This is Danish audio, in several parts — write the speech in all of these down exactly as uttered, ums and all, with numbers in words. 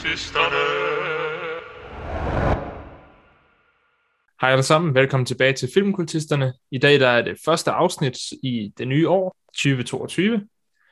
Filmkultisterne. Hej alle sammen, velkommen tilbage til Filmkultisterne. I dag der er det første afsnit i det nye år, tyve toogtyve.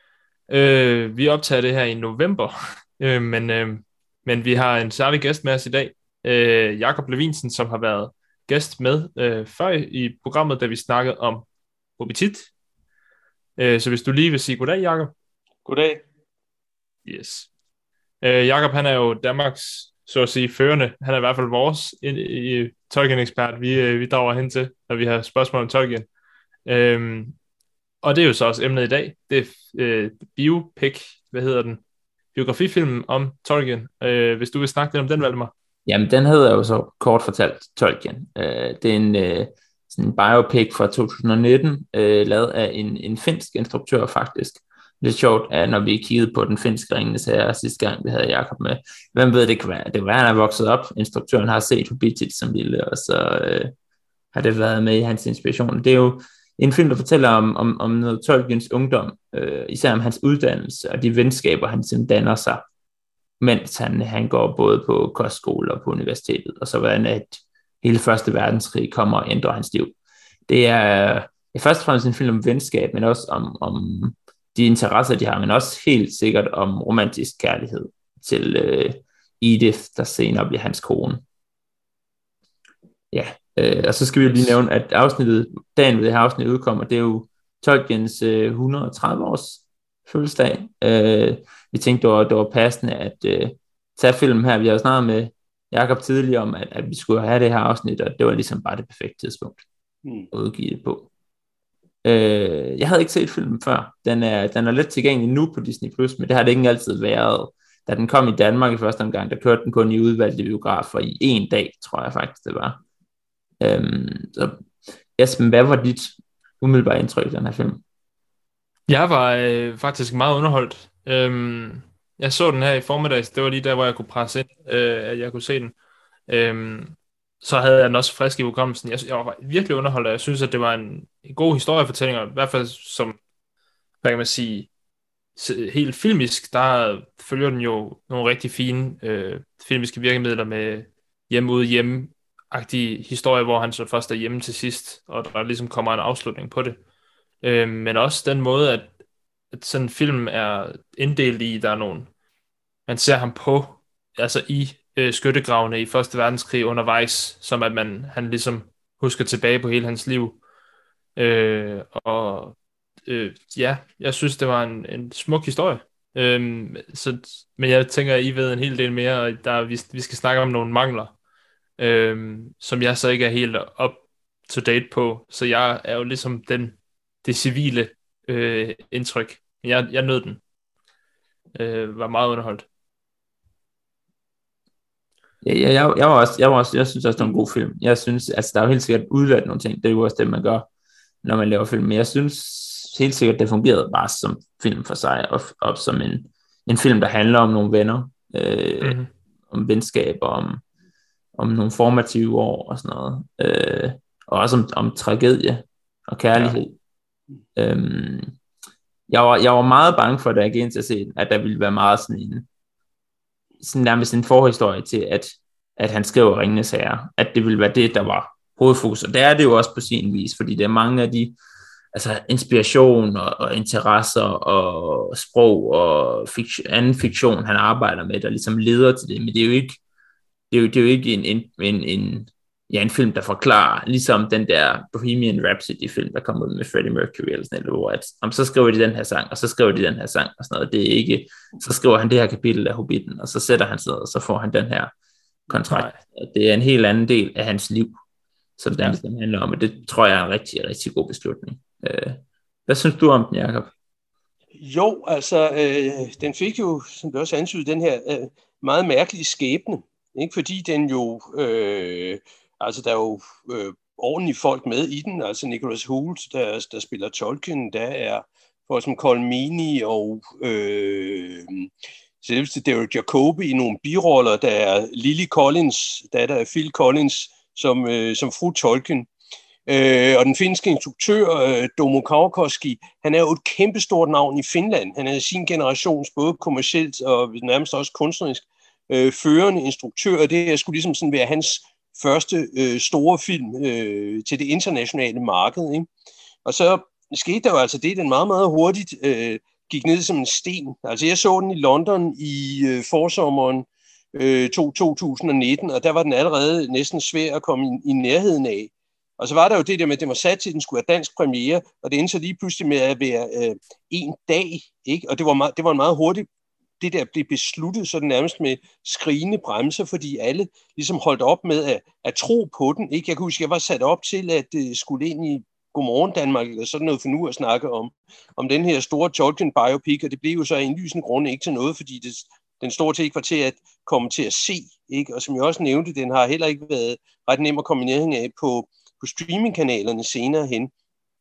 Øh, vi optager det her i november, øh, men, øh, men vi har en særlig gæst med os i dag, øh, Jakob Levinsen, som har været gæst med øh, før i programmet, da vi snakkede om Hobbit. Øh, så hvis du lige vil sige goddag, Jakob. Goddag. Yes. Øh, Jakob, han er jo Danmarks, så at sige, førende. Han er i hvert fald vores i, i Tolkien-ekspert. Vi, øh, vi drager hen til, når vi har spørgsmål om Tolkien. Øhm, og det er jo så også emnet i dag. Det er øh, biopic, hvad hedder den? Biografifilmen om Tolkien. Øh, hvis du vil snakke lidt om den, Valdemar. Jamen, den hedder jo så kort fortalt Tolkien. Øh, det er en, øh, sådan en biopic fra to tusind og nitten, øh, lavet af en, en finsk instruktør faktisk. Det er sjovt, at når vi kiggede på den finske Ringenes Herre sidste gang, vi havde Jakob med. Hvem ved, det kan være, det kan være, han er vokset op. Instruktøren har set Hobbit som lille, og så øh, har det været med i hans inspiration. Det er jo en film, der fortæller om, om, om noget Tolkiens ungdom, øh, især om hans uddannelse og de venskaber, han simpelthen danner sig, mens han, han går både på kostskole og på universitetet, og så hvordan at hele første verdenskrig kommer og ændrer hans liv. Det er, det er først og fremmest en film om venskab, men også om, om de interesser, de har, men også helt sikkert om romantisk kærlighed til øh, Edith, der senere bliver hans kone. Ja, øh, og så skal vi jo lige nævne, at afsnittet, dagen ved det her afsnit udkommer, det er jo Tolkiens øh, et hundrede og tredive års fødselsdag. Øh, vi tænkte, det var, det var passende at øh, tage filmen her. Vi har jo snakket med Jakob tidligere om, at, at vi skulle have det her afsnit, og det var ligesom bare det perfekte tidspunkt Mm. at udgive det på. Øh, jeg havde ikke set filmen før. Den er, den er let tilgængelig nu på Disney plus, men det har det ikke altid været. Da den kom i Danmark i første omgang, der kørte den kun i udvalgte biografer i en dag, tror jeg faktisk det var. Øhm, så Esben, hvad var dit umiddelbare indtryk af den her film? Jeg var øh, faktisk meget underholdt. Øhm, jeg så den her i formiddags. Det var lige der, hvor jeg kunne presse ind, øh, at jeg kunne se den. Øhm, så havde jeg den også frisk i hukommelsen. Jeg, jeg var virkelig underholdt, og jeg synes, at det var en, en god historiefortælling, og i hvert fald som, hvad kan man sige, helt filmisk, der følger den jo nogle rigtig fine øh, filmiske virkemidler med hjemme ude hjemme-agtige historier, hvor han så først er hjemme til sidst, og der ligesom kommer en afslutning på det. Øh, men også den måde, at, at sådan en film er inddelt i, der er nogle, man ser ham på, altså i øh, skyttegravene i Første Verdenskrig undervejs, som at man, han ligesom husker tilbage på hele hans liv. Øh, og øh, ja, jeg synes, det var en, en smuk historie. Øh, så, men jeg tænker, at I ved en hel del mere, og der, vi, vi skal snakke om nogle mangler, øh, som jeg så ikke er helt up to date på. Så jeg er jo ligesom den det civile øh, indtryk. Jeg, jeg nød den. Øh, var meget underholdt. Ja, jeg, jeg, jeg, var også, jeg, var også, jeg synes også, det var en god film. Jeg synes, altså der er jo helt sikkert udvalgt nogle ting. Det er jo også det, man gør, når man laver film. Men jeg synes helt sikkert, det fungerede bare som film for sig, og, og som en, en film, der handler om nogle venner, øh, mm-hmm. om venskaber, om, om nogle formative år og sådan noget. Øh, og også om, om tragedie og kærlighed. Ja. Øhm, jeg, var, jeg var meget bange for, da jeg gik ind til at se den, at der ville være meget sådan en sådan nærmest en forhistorie til, at, at han skriver Ringenes Herre, at det ville være det, der var hovedfokus, og det er det jo også på sin vis, fordi der er mange af de altså inspiration og, og interesser og sprog og fiktion, anden fiktion, han arbejder med, der ligesom leder til det, men det er jo ikke det er jo, det er jo ikke en, en, en, en ja, en film, der forklarer, ligesom den der Bohemian Rhapsody-film, der kom ud med Freddie Mercury, eller sådan noget, hvor at, om, så skriver de den her sang, og så skriver de den her sang, og sådan noget. Det er ikke, så skriver han det her kapitel af Hobbiten, og så sætter han sig, og så får han den her kontrakt. Det er en helt anden del af hans liv, som den ja. handler om, og det tror jeg er en rigtig, rigtig god beslutning. Hvad synes du om den, Jacob? Jo, altså, øh, den fik jo, som du også antyder, den her øh, meget mærkelige skæbne, ikke? Fordi den jo, øh, altså der er jo øh, ordentlige folk med i den, altså Nicholas Hoult, der, der spiller Tolkien, der er for som Colm Meaney og øh, selveste Derek Jacobi i nogle biroller, der er Lily Collins, datter af Phil Collins, som, øh, som fru Tolkien. Øh, og den finske instruktør, øh, Domo Kaukoski, han er jo et kæmpestort navn i Finland. Han er sin generations både kommercielt og nærmest også kunstnerisk øh, førende instruktør, og det her skulle ligesom sådan være hans første øh, store film øh, til det internationale marked, ikke? Og så skete der jo altså det, den meget, meget hurtigt øh, gik ned som en sten. Altså jeg så den i London i øh, forsommeren øh, to tusind nitten, og der var den allerede næsten svær at komme i, i nærheden af. Og så var der jo det der med, at det var sat til, at den skulle være dansk premiere, og det endte så lige pludselig med at være øh, en dag, ikke? Og det var, meget, det var en meget hurtigt, det der blev besluttet sådan nærmest med skrigende bremser, fordi alle ligesom holdt op med at, at tro på den, ikke? Jeg kan huske, jeg var sat op til at uh, skulle ind i Godmorgen Danmark, eller sådan noget for nu at snakke om, om den her store Tolkien biopic, og det blev jo så af en lysende grund ikke til noget, fordi det, den store til ikke var til at komme til at se, ikke? Og som jeg også nævnte, den har heller ikke været ret nem at komme i nærheden af på, på streamingkanalerne senere hen.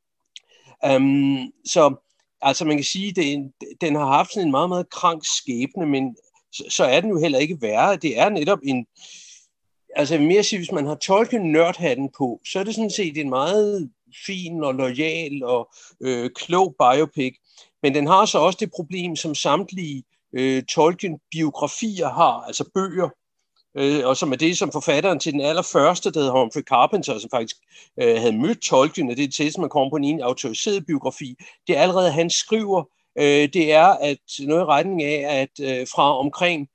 Um, så altså man kan sige, at den, den har haft sådan en meget, meget krank skæbne, men så, så er den jo heller ikke værre. Det er netop en, altså jeg vil mere sige, hvis man har Tolkien-nørdhatten på, så er det sådan set en meget fin og loyal og øh, klog biopic, men den har så også det problem, som samtlige øh, Tolkien-biografier har, altså bøger, øh, og som er det, som forfatteren til den allerførste, der hedder Humphrey Carpenter, som faktisk øh, havde mødt Tolkien, og det er til, som man kommer på en autoriseret biografi, det er allerede, han skriver, øh, det er at noget i retning af, at øh, fra omkring,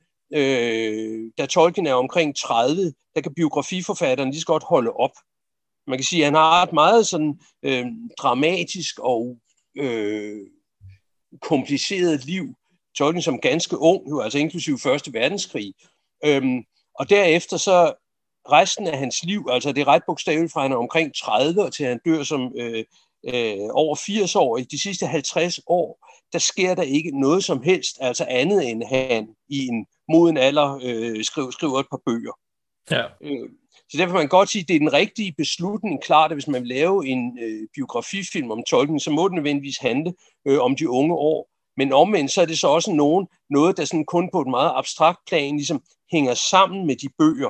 øh, da Tolkien er omkring tredive, der kan biografiforfatteren lige så godt holde op. Man kan sige, at han har et meget sådan øh, dramatisk og øh, kompliceret liv. Tolkien som ganske ung, jo, altså inklusive første verdenskrig. Øhm, og derefter så resten af hans liv, altså det er ret bogstaveligt fra han er omkring tredive og til han dør som øh, øh, over firs år. I de sidste halvtreds år, der sker der ikke noget som helst, altså andet end han i en moden alder øh, skriver, skriver et par bøger. Ja. Øh, Så derfor kan man godt sige, at det er den rigtige beslutning. Klart, at hvis man vil lave en øh, biografifilm om Tolkien, så må den nødvendigvis handle øh, om de unge år. Men omvendt, så er det så også nogen, noget, der sådan kun på et meget abstrakt plan ligesom hænger sammen med de bøger,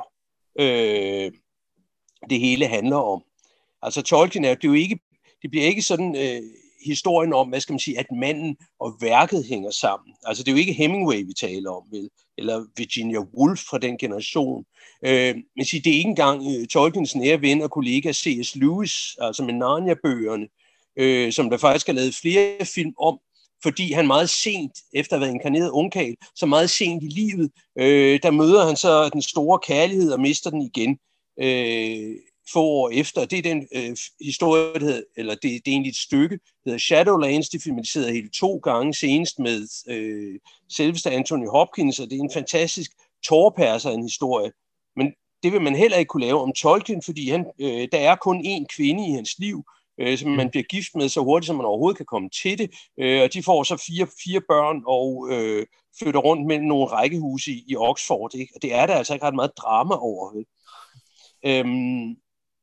øh, det hele handler om. Altså Tolkien er det er jo ikke, det bliver ikke sådan øh, historien om, hvad skal man sige, at manden og værket hænger sammen. Altså det er jo ikke Hemingway, vi taler om, vel? Eller Virginia Woolf fra den generation. Øh, men sige, det er ikke engang øh, Tolkiens nære ven og kollega C S Lewis, altså med Narnia-bøgerne, øh, som der faktisk har lavet flere film om, fordi han meget sent, efter at have været inkarneret ungkarl, så meget sent i livet, øh, der møder han så den store kærlighed og mister den igen øh, få år efter. Det er den øh, historie, der hedder, eller det, det er egentlig et stykke, der hedder Shadowlands, det filmatiseret hele to gange, senest med øh, selveste Anthony Hopkins, og det er en fantastisk tårperser en historie. Men det vil man heller ikke kunne lave om Tolkien, fordi han, øh, der er kun én kvinde i hans liv, øh, som man bliver gift med så hurtigt, som man overhovedet kan komme til det. Øh, og de får så fire, fire børn og øh, flytter rundt mellem nogle rækkehuse i, i Oxford. Ikke? Og det er der altså ikke ret meget drama over. Øhm,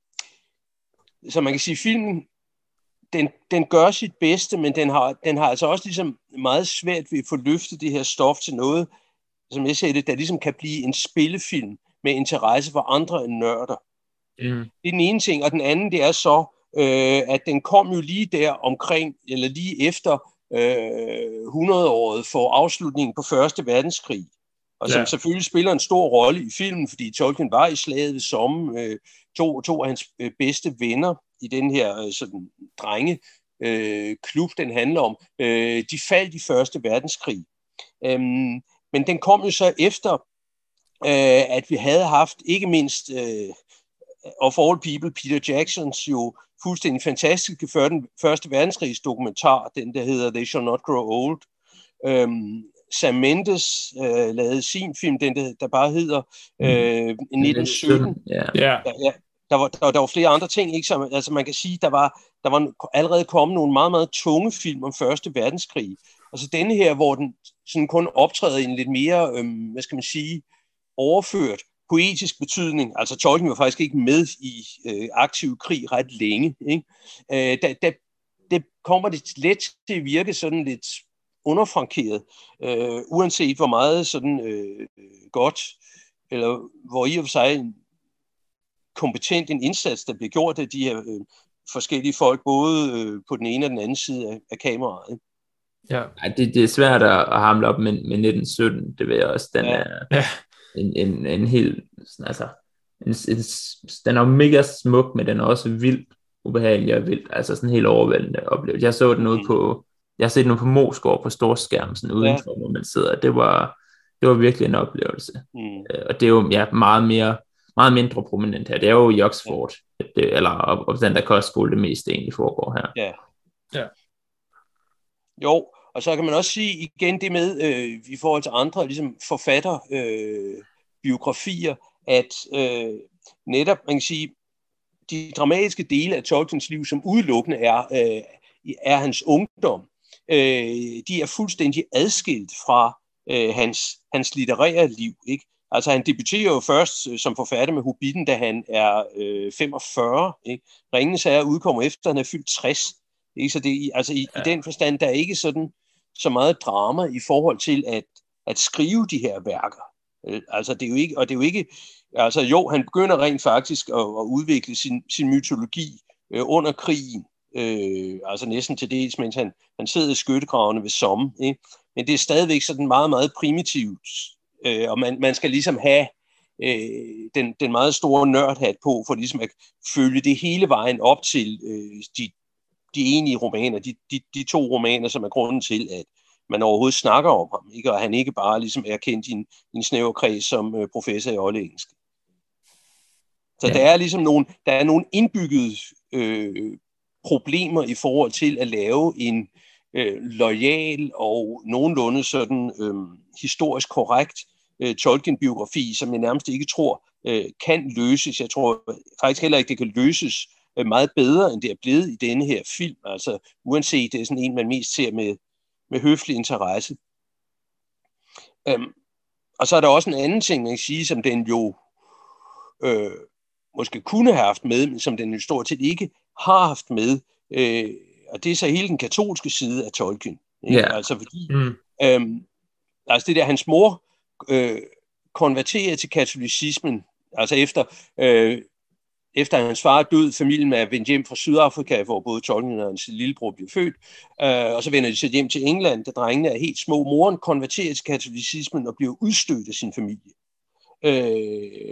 så man kan sige, at filmen, den, den gør sit bedste, men den har, den har altså også ligesom meget svært ved at få løftet det her stof til noget, som jeg ser det, der ligesom kan blive en spillefilm med interesse for andre end nørder. Mm. Det er den ene ting, og den anden, det er så, øh, at den kom jo lige der omkring, eller lige efter øh, hundrede-året for afslutningen på første verdenskrig, og som ja. selvfølgelig spiller en stor rolle i filmen, fordi Tolkien var i slaget ved Somme, øh, to, to af hans øh, bedste venner i den her øh, sådan, drenge øh, klub, den handler om, øh, de faldt i første verdenskrig. Øhm, men den kom jo så efter, øh, at vi havde haft, ikke mindst øh, of all people, Peter Jacksons jo fuldstændig fantastiske før den første verdenskrigs dokumentar, den der hedder They Shall Not Grow Old. Øhm, Sam Mendes øh, lavede sin film, den der, der bare hedder øh, nitten sytten. Yeah. Ja, ja. Der var, der, der var flere andre ting, ikke? Så, altså man kan sige, der var, der var allerede kommet nogle meget, meget tunge film om første verdenskrig. Og så denne her, hvor den sådan kun optræder i en lidt mere, øhm, hvad skal man sige, overført poetisk betydning. Altså Tolkien var faktisk ikke med i øh, aktiv krig ret længe. Ikke? Øh, der, der, der kommer det let til at virke sådan lidt underfrankeret, øh, uanset hvor meget sådan øh, godt, eller hvor i og for sig en kompetent en indsats, der bliver gjort af de her øh, forskellige folk, både øh, på den ene og den anden side af, af kameraet. Ja. Ej, det, det er svært at, at hamle op med, med nitten sytten, det ved jeg også. Den ja. er, ja. en, en, en helt, sådan, altså, en, en, den er mega smuk, men den er også vildt ubehagelig og vildt, altså sådan helt overvældende oplevelse. Jeg så den ude på, jeg har set den ude på Moesgaard på storskærm, sådan udenfor, ja. Hvor man sidder. Det var, det var virkelig en oplevelse. Mm. Og det er jo ja, meget mere, meget mindre prominent her. Det er jo i Oxford, ja. det, eller op, op den der kostskole, det meste egentlig foregår her. Ja. Ja. Jo, og så kan man også sige igen det med, øh, i forhold til andre ligesom forfatter øh, biografier, at øh, netop, man kan sige, de dramatiske dele af Tolkiens liv, som udelukkende er, øh, er hans ungdom, øh, de er fuldstændig adskilt fra øh, hans, hans litterære liv, ikke? Altså han debuterer jo først øh, som forfatter med Hobbiten, da han er øh, femogfyrre, ikke? Ringenes Herre udkommer efter, han er fyldt tres. Ikke? Så det, altså i, ja. i den forstand, der er ikke sådan så meget drama i forhold til at, at skrive de her værker. Øh, altså det er jo ikke, og det er jo ikke, altså jo, han begynder rent faktisk at, at udvikle sin, sin mytologi øh, under krigen, øh, altså næsten til dels, mens han, han sidder i skyttegravene ved Somme, ikke? Men det er stadigvæk sådan meget, meget primitivt, øh, og man, man skal ligesom have øh, den, den meget store nørdhat på, for ligesom at følge det hele vejen op til øh, de de enige romaner, de, de, de to romaner, som er grunden til, at man overhovedet snakker om ham, ikke? Og han ikke bare ligesom er kendt i en, i en snæver kreds som øh, professor i oldeengelsk. Så ja. der er ligesom nogle, der er nogle indbyggede øh, problemer i forhold til at lave en øh, loyal og nogenlunde sådan øh, historisk korrekt øh, Tolkien-biografi, som jeg nærmest ikke tror øh, kan løses. Jeg tror faktisk heller ikke, det kan løses meget bedre, end det er blevet i denne her film. Altså uanset, det er sådan en, man mest ser med, med høflig interesse. Øhm, og så er der også en anden ting, man kan sige, som den jo øh, måske kunne have haft med, men som den jo stort set ikke har haft med. Øh, og det er så hele den katolske side af Tolkien. Yeah. Altså fordi, mm. øhm, altså det der, hans mor øh, konverterer til katolicismen, altså efter øh, Efter hans far er død, familien er vendt hjem fra Sydafrika, hvor både Tolkien og hans lillebror bliver født, øh, og så vender de sig hjem til England, da drengene er helt små. Moren konverterer til katolicismen og bliver udstødt af sin familie. Øh,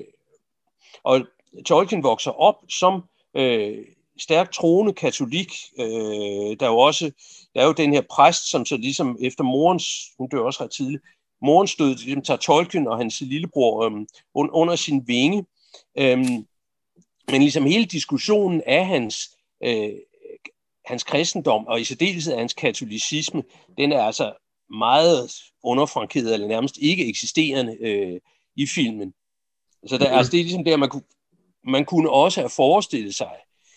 og Tolkien vokser op som øh, stærkt troende katolik. Øh, der er jo også der er jo den her præst, som så ligesom efter morens, hun dør også ret tidligt, morens død, ligesom tager Tolkien og hans lillebror øh, under sin vinge. Øh, Men ligesom hele diskussionen af hans, øh, hans kristendom, og i særdeleshed af hans katolicisme, den er altså meget underfrankeret, eller nærmest ikke eksisterende øh, i filmen. Så der, altså, det er ligesom der, man kunne, man kunne også have forestillet sig,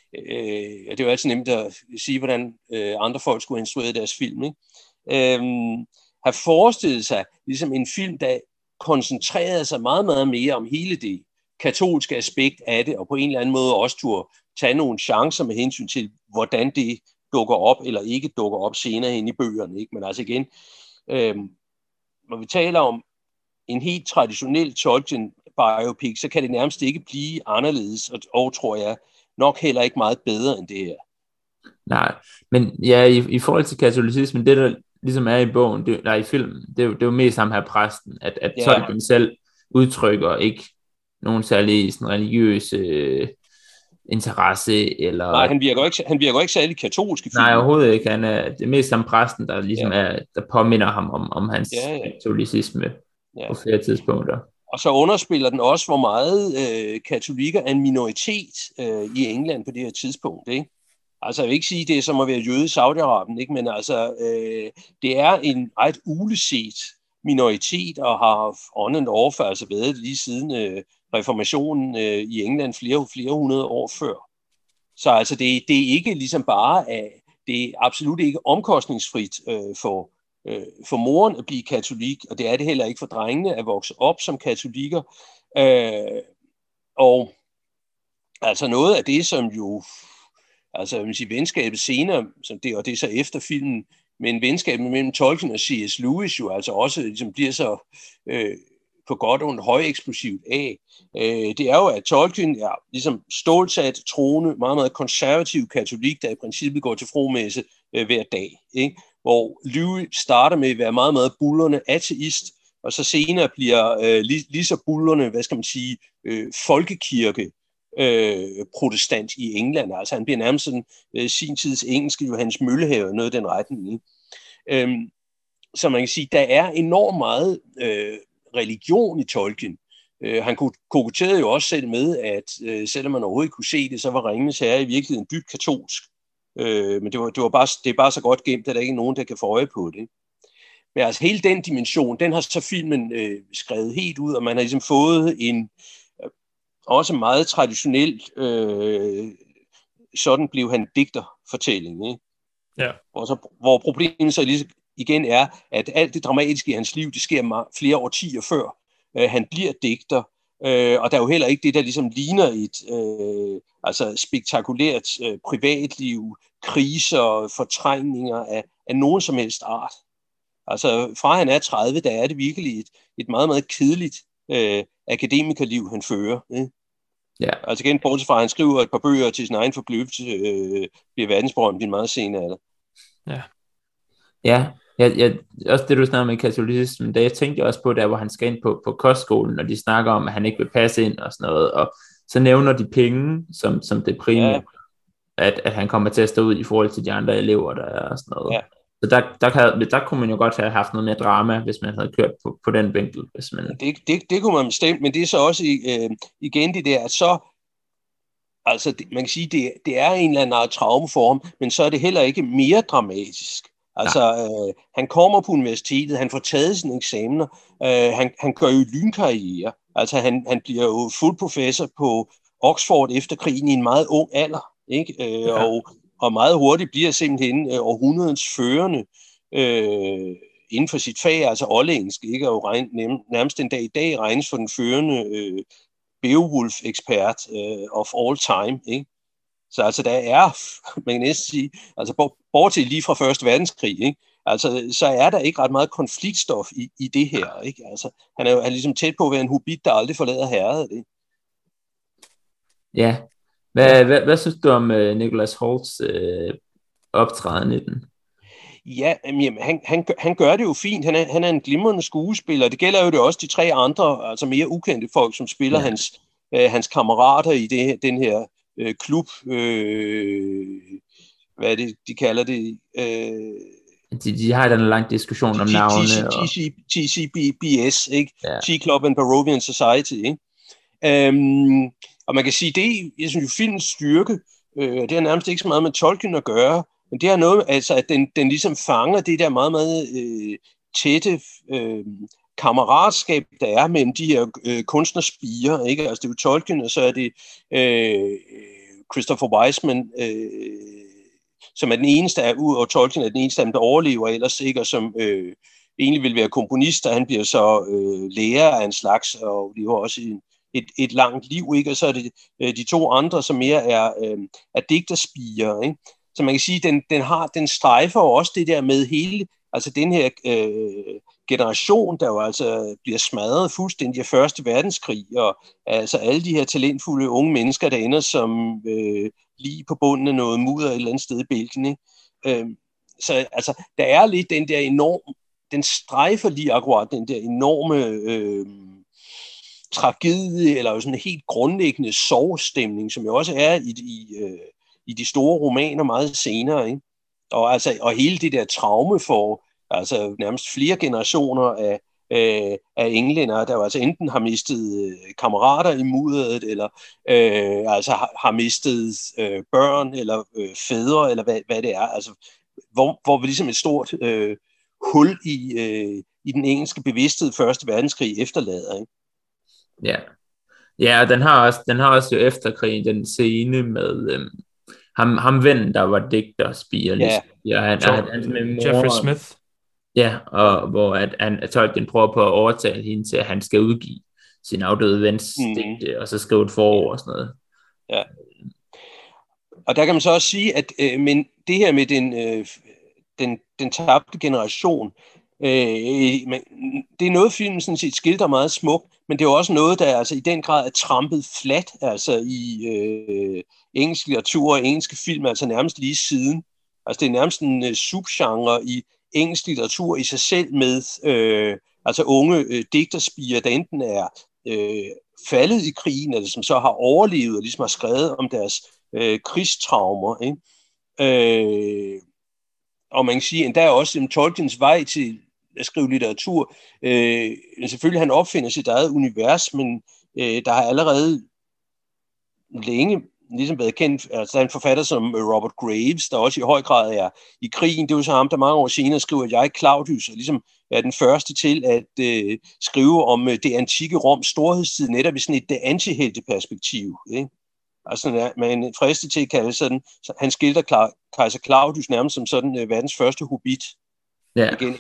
øh, og det er jo altid nemt at sige, hvordan øh, andre folk skulle instruere deres film, ikke? Øh, have forestillet sig ligesom en film, der koncentrerede sig meget, meget mere om hele det katolske aspekt af det, og på en eller anden måde også turde tage nogle chancer med hensyn til, hvordan det dukker op, eller ikke dukker op senere hen i bøgerne. Ikke? Men altså igen, øh, når vi taler om en helt traditionel Tolkien-biopic, så kan det nærmest ikke blive anderledes, og, og tror jeg nok heller ikke meget bedre end det her. Nej, men ja, i, i forhold til katolicismen, det der ligesom er i bogen, det, der er i filmen, det er jo, det er jo mest ham her præsten, at, at ja. Tolkien selv udtrykker ikke nogen særlig sådan religiøs øh, interesse, eller... Nej, han virker ikke, han virker ikke særlig katolsk i filmen. Nej, overhovedet ikke. Han er, det er mest som præsten, der ligesom ja. er, der påminder ham om, om hans ja, ja. katolicisme ja. på flere tidspunkter. Og så underspiller den også, hvor meget øh, katolikker er en minoritet øh, i England på det her tidspunkt, ikke? Altså, jeg vil ikke sige, det er som at være jøde i Saudi-Arabien, ikke? Men altså, øh, det er en ret uleset minoritet, og har on and off altså været lige siden øh, reformationen øh, i England flere, flere hundrede år før. Så altså, det, det er ikke ligesom bare, at det er absolut ikke omkostningsfrit øh, for, øh, for moren at blive katolik, og det er det heller ikke for drengene at vokse op som katolikker. Øh, og altså noget af det, som jo, altså jeg vil sige, venskabet senere, som det, og det er så efter filmen, men venskabet mellem Tolkien og C S Lewis jo altså også ligesom bliver så øh, på godt og ondt højeksplosivt af. Øh, det er jo, at Tolkien er ligesom stålsat, troende, meget, meget konservativ katolik, der i princippet går til fromesse øh, hver dag. Ikke? Hvor Lewis starter med at være meget, meget buldrende ateist, og så senere bliver øh, lige, lige så bullerne, hvad skal man sige, øh, folkekirke øh, protestant i England. Altså han bliver nærmest sådan øh, sin tids engelske Johannes Møllehave, noget i den retning. Øhm, så man kan sige, der er enormt meget øh, religion i Tolkien. Øh, han koketterede jo også selv med, at øh, selvom man overhovedet ikke kunne se det, så var Ringenes Herre i virkeligheden dybt katolsk. Øh, men det, var, det, var bare, det er bare så godt gemt, at der ikke er nogen, der kan få øje på det. Men altså hele den dimension, den har så filmen øh, skrevet helt ud, og man har ligesom fået en øh, også meget traditionel, øh, sådan blev han digterfortælling. Ikke? Ja. Og så, hvor problemet så lige igen er, at alt det dramatiske i hans liv, det sker flere årtier før øh, han bliver digter. Øh, og der er jo heller ikke det, der ligesom ligner et øh, altså spektakulært øh, privatliv, kriser, fortrængninger af, af nogen som helst art. Altså fra han er tredive, der er det virkelig et, et meget, meget kedeligt øh, akademikerliv, han fører. Ikke? Ja. Altså igen, bortset fra, at han skriver et par bøger til sin egen forbløffelse, øh, bliver verdensberømt i en meget senere alder. Ja. Ja, jeg, jeg, også det du snakker med katolicismen, da jeg tænkte også på der, hvor han skal ind på, på kostskolen, og de snakker om, at han ikke vil passe ind og sådan noget, og så nævner de penge som, som det primære, ja. at, at han kommer til at stå ud i forhold til de andre elever, der er og sådan noget. Ja. Så der, der, kan, der kunne man jo godt have haft noget mere drama, hvis man havde kørt på, på den vinkel. Hvis man... det, det, det kunne man bestemt, men det er så også øh, igen det der, at så altså det, man kan sige, det, det er en eller anden traumeform, men så er det heller ikke mere dramatisk. Altså, øh, han kommer på universitetet, han får taget sine eksamener, øh, han, han gør jo lynkarriere. Altså, han, han bliver jo fuld professor på Oxford efter krigen i en meget ung alder, ikke? Øh, ja. og, og meget hurtigt bliver simpelthen øh, århundredets førende øh, inden for sit fag, altså oldeengelsk, ikke? Og regn, nærmest den dag i dag regnes for den førende øh, Beowulf-ekspert øh, of all time, ikke? Så altså der er, man kan næsten sige, altså bortset lige fra første verdenskrig, ikke? Altså så er der ikke ret meget konfliktstof i, i det her, ikke? Altså han er jo han er ligesom tæt på at være en hobbit, der aldrig forlader herredet, ikke? Ja. Hvad, ja. hvad, hvad synes du om uh, Nicholas Holts uh, optræden i den? Ja, jamen, han, han, han gør det jo fint. Han er, han er en glimrende skuespiller. Det gælder jo det også de tre andre, altså mere ukendte folk, som spiller ja. hans, øh, hans kammerater i det, den her øh, klub. Øh, hvad er det, de kalder det? Øh, de, de har en lang diskussion om navne. T C B S, ikke? Ja. T-Club and Barovian Society, ikke? Um, og man kan sige, det jeg synes jo filmens styrke, øh, det har nærmest ikke så meget med Tolkien at gøre, men det er noget, altså at den, den ligesom fanger det der meget, meget øh, tætte øh, kammeratskab, der er mellem de her øh, kunstnerspirer, ikke? Altså det er jo Tolkien, og så er det øh, Christopher Wiseman, øh, som er den eneste af, ud over Tolkien, er den eneste af dem, der overlever ellers, ikke? Og som øh, egentlig vil være komponist, og han bliver så øh, lærer af en slags, og lever også i et, et langt liv, ikke? Og så er det øh, de to andre, som mere er, øh, er digterspirer, ikke? Så man kan sige, den, den har, den strejfer også det der med hele, altså den her øh, generation, der jo altså bliver smadret fuldstændig af første verdenskrig, og altså alle de her talentfulde unge mennesker, der ender som øh, lige på bunden af noget mudder et eller andet sted i Belgien, ikke? Øh, så altså, der er lidt den der enorm, den strejfer lige akkurat den der enorme øh, tragedie, eller jo sådan en helt grundlæggende sorgstemning, som jo også er i, i øh, i de store romaner meget senere, ikke? Og, altså, og hele det der traume for altså, nærmest flere generationer af, øh, af englændere, der jo altså enten har mistet øh, kammerater i mudderet, eller øh, altså har, har mistet øh, børn, eller øh, fædre, eller hvad, hvad det er. Altså, hvor, hvor vi ligesom et stort øh, hul i, øh, i den engelske bevidsthed første verdenskrig efterlader, ikke? Ja, ja, og den har også, den har også jo efter krigen den scene med øh, Ham, ham vennen, der var digter, spiger, ja. ja, han, John, han, han, han Jeffrey Smith. Ja, og hvor at, han, at Tolkien prøver på at overtale hende til, at han skal udgive sin afdøde vens mm. digte, og så skrive et forord og sådan noget. Ja. Og der kan man så også sige, at øh, men det her med den, øh, den, den tabte generation, øh, men, det er noget, filmen sådan set skildrer meget smukt, men det er jo også noget, der altså i den grad er trampet flat, altså i øh, engelsk litteratur og engelske film, altså nærmest lige siden. Altså det er nærmest en uh, subgenre i engelsk litteratur i sig selv med øh, altså unge øh, digterspirer, der enten er øh, faldet i krigen, eller som så har overlevet og ligesom har skrevet om deres øh, krigstraumer, ikke? Øh, og man kan sige, at der er også Tolkiens vej til at skrive litteratur. Øh, selvfølgelig han opfinder sit eget univers, men øh, der har allerede længe ligesom været kendt, altså der er en forfatter som Robert Graves, der også i høj grad er i krigen. Det er jo så ham, der mange år senere skriver, at jeg, Claudius, og ligesom er den første til at øh, skrive om øh, det antikke Roms storhedstid, netop i sådan et antihelteperspektiv, ikke? Altså man er fristet til at kalde sådan, så han skildrer Kla- kejser Claudius nærmest som sådan øh, verdens første hobbit. Ja. Igen.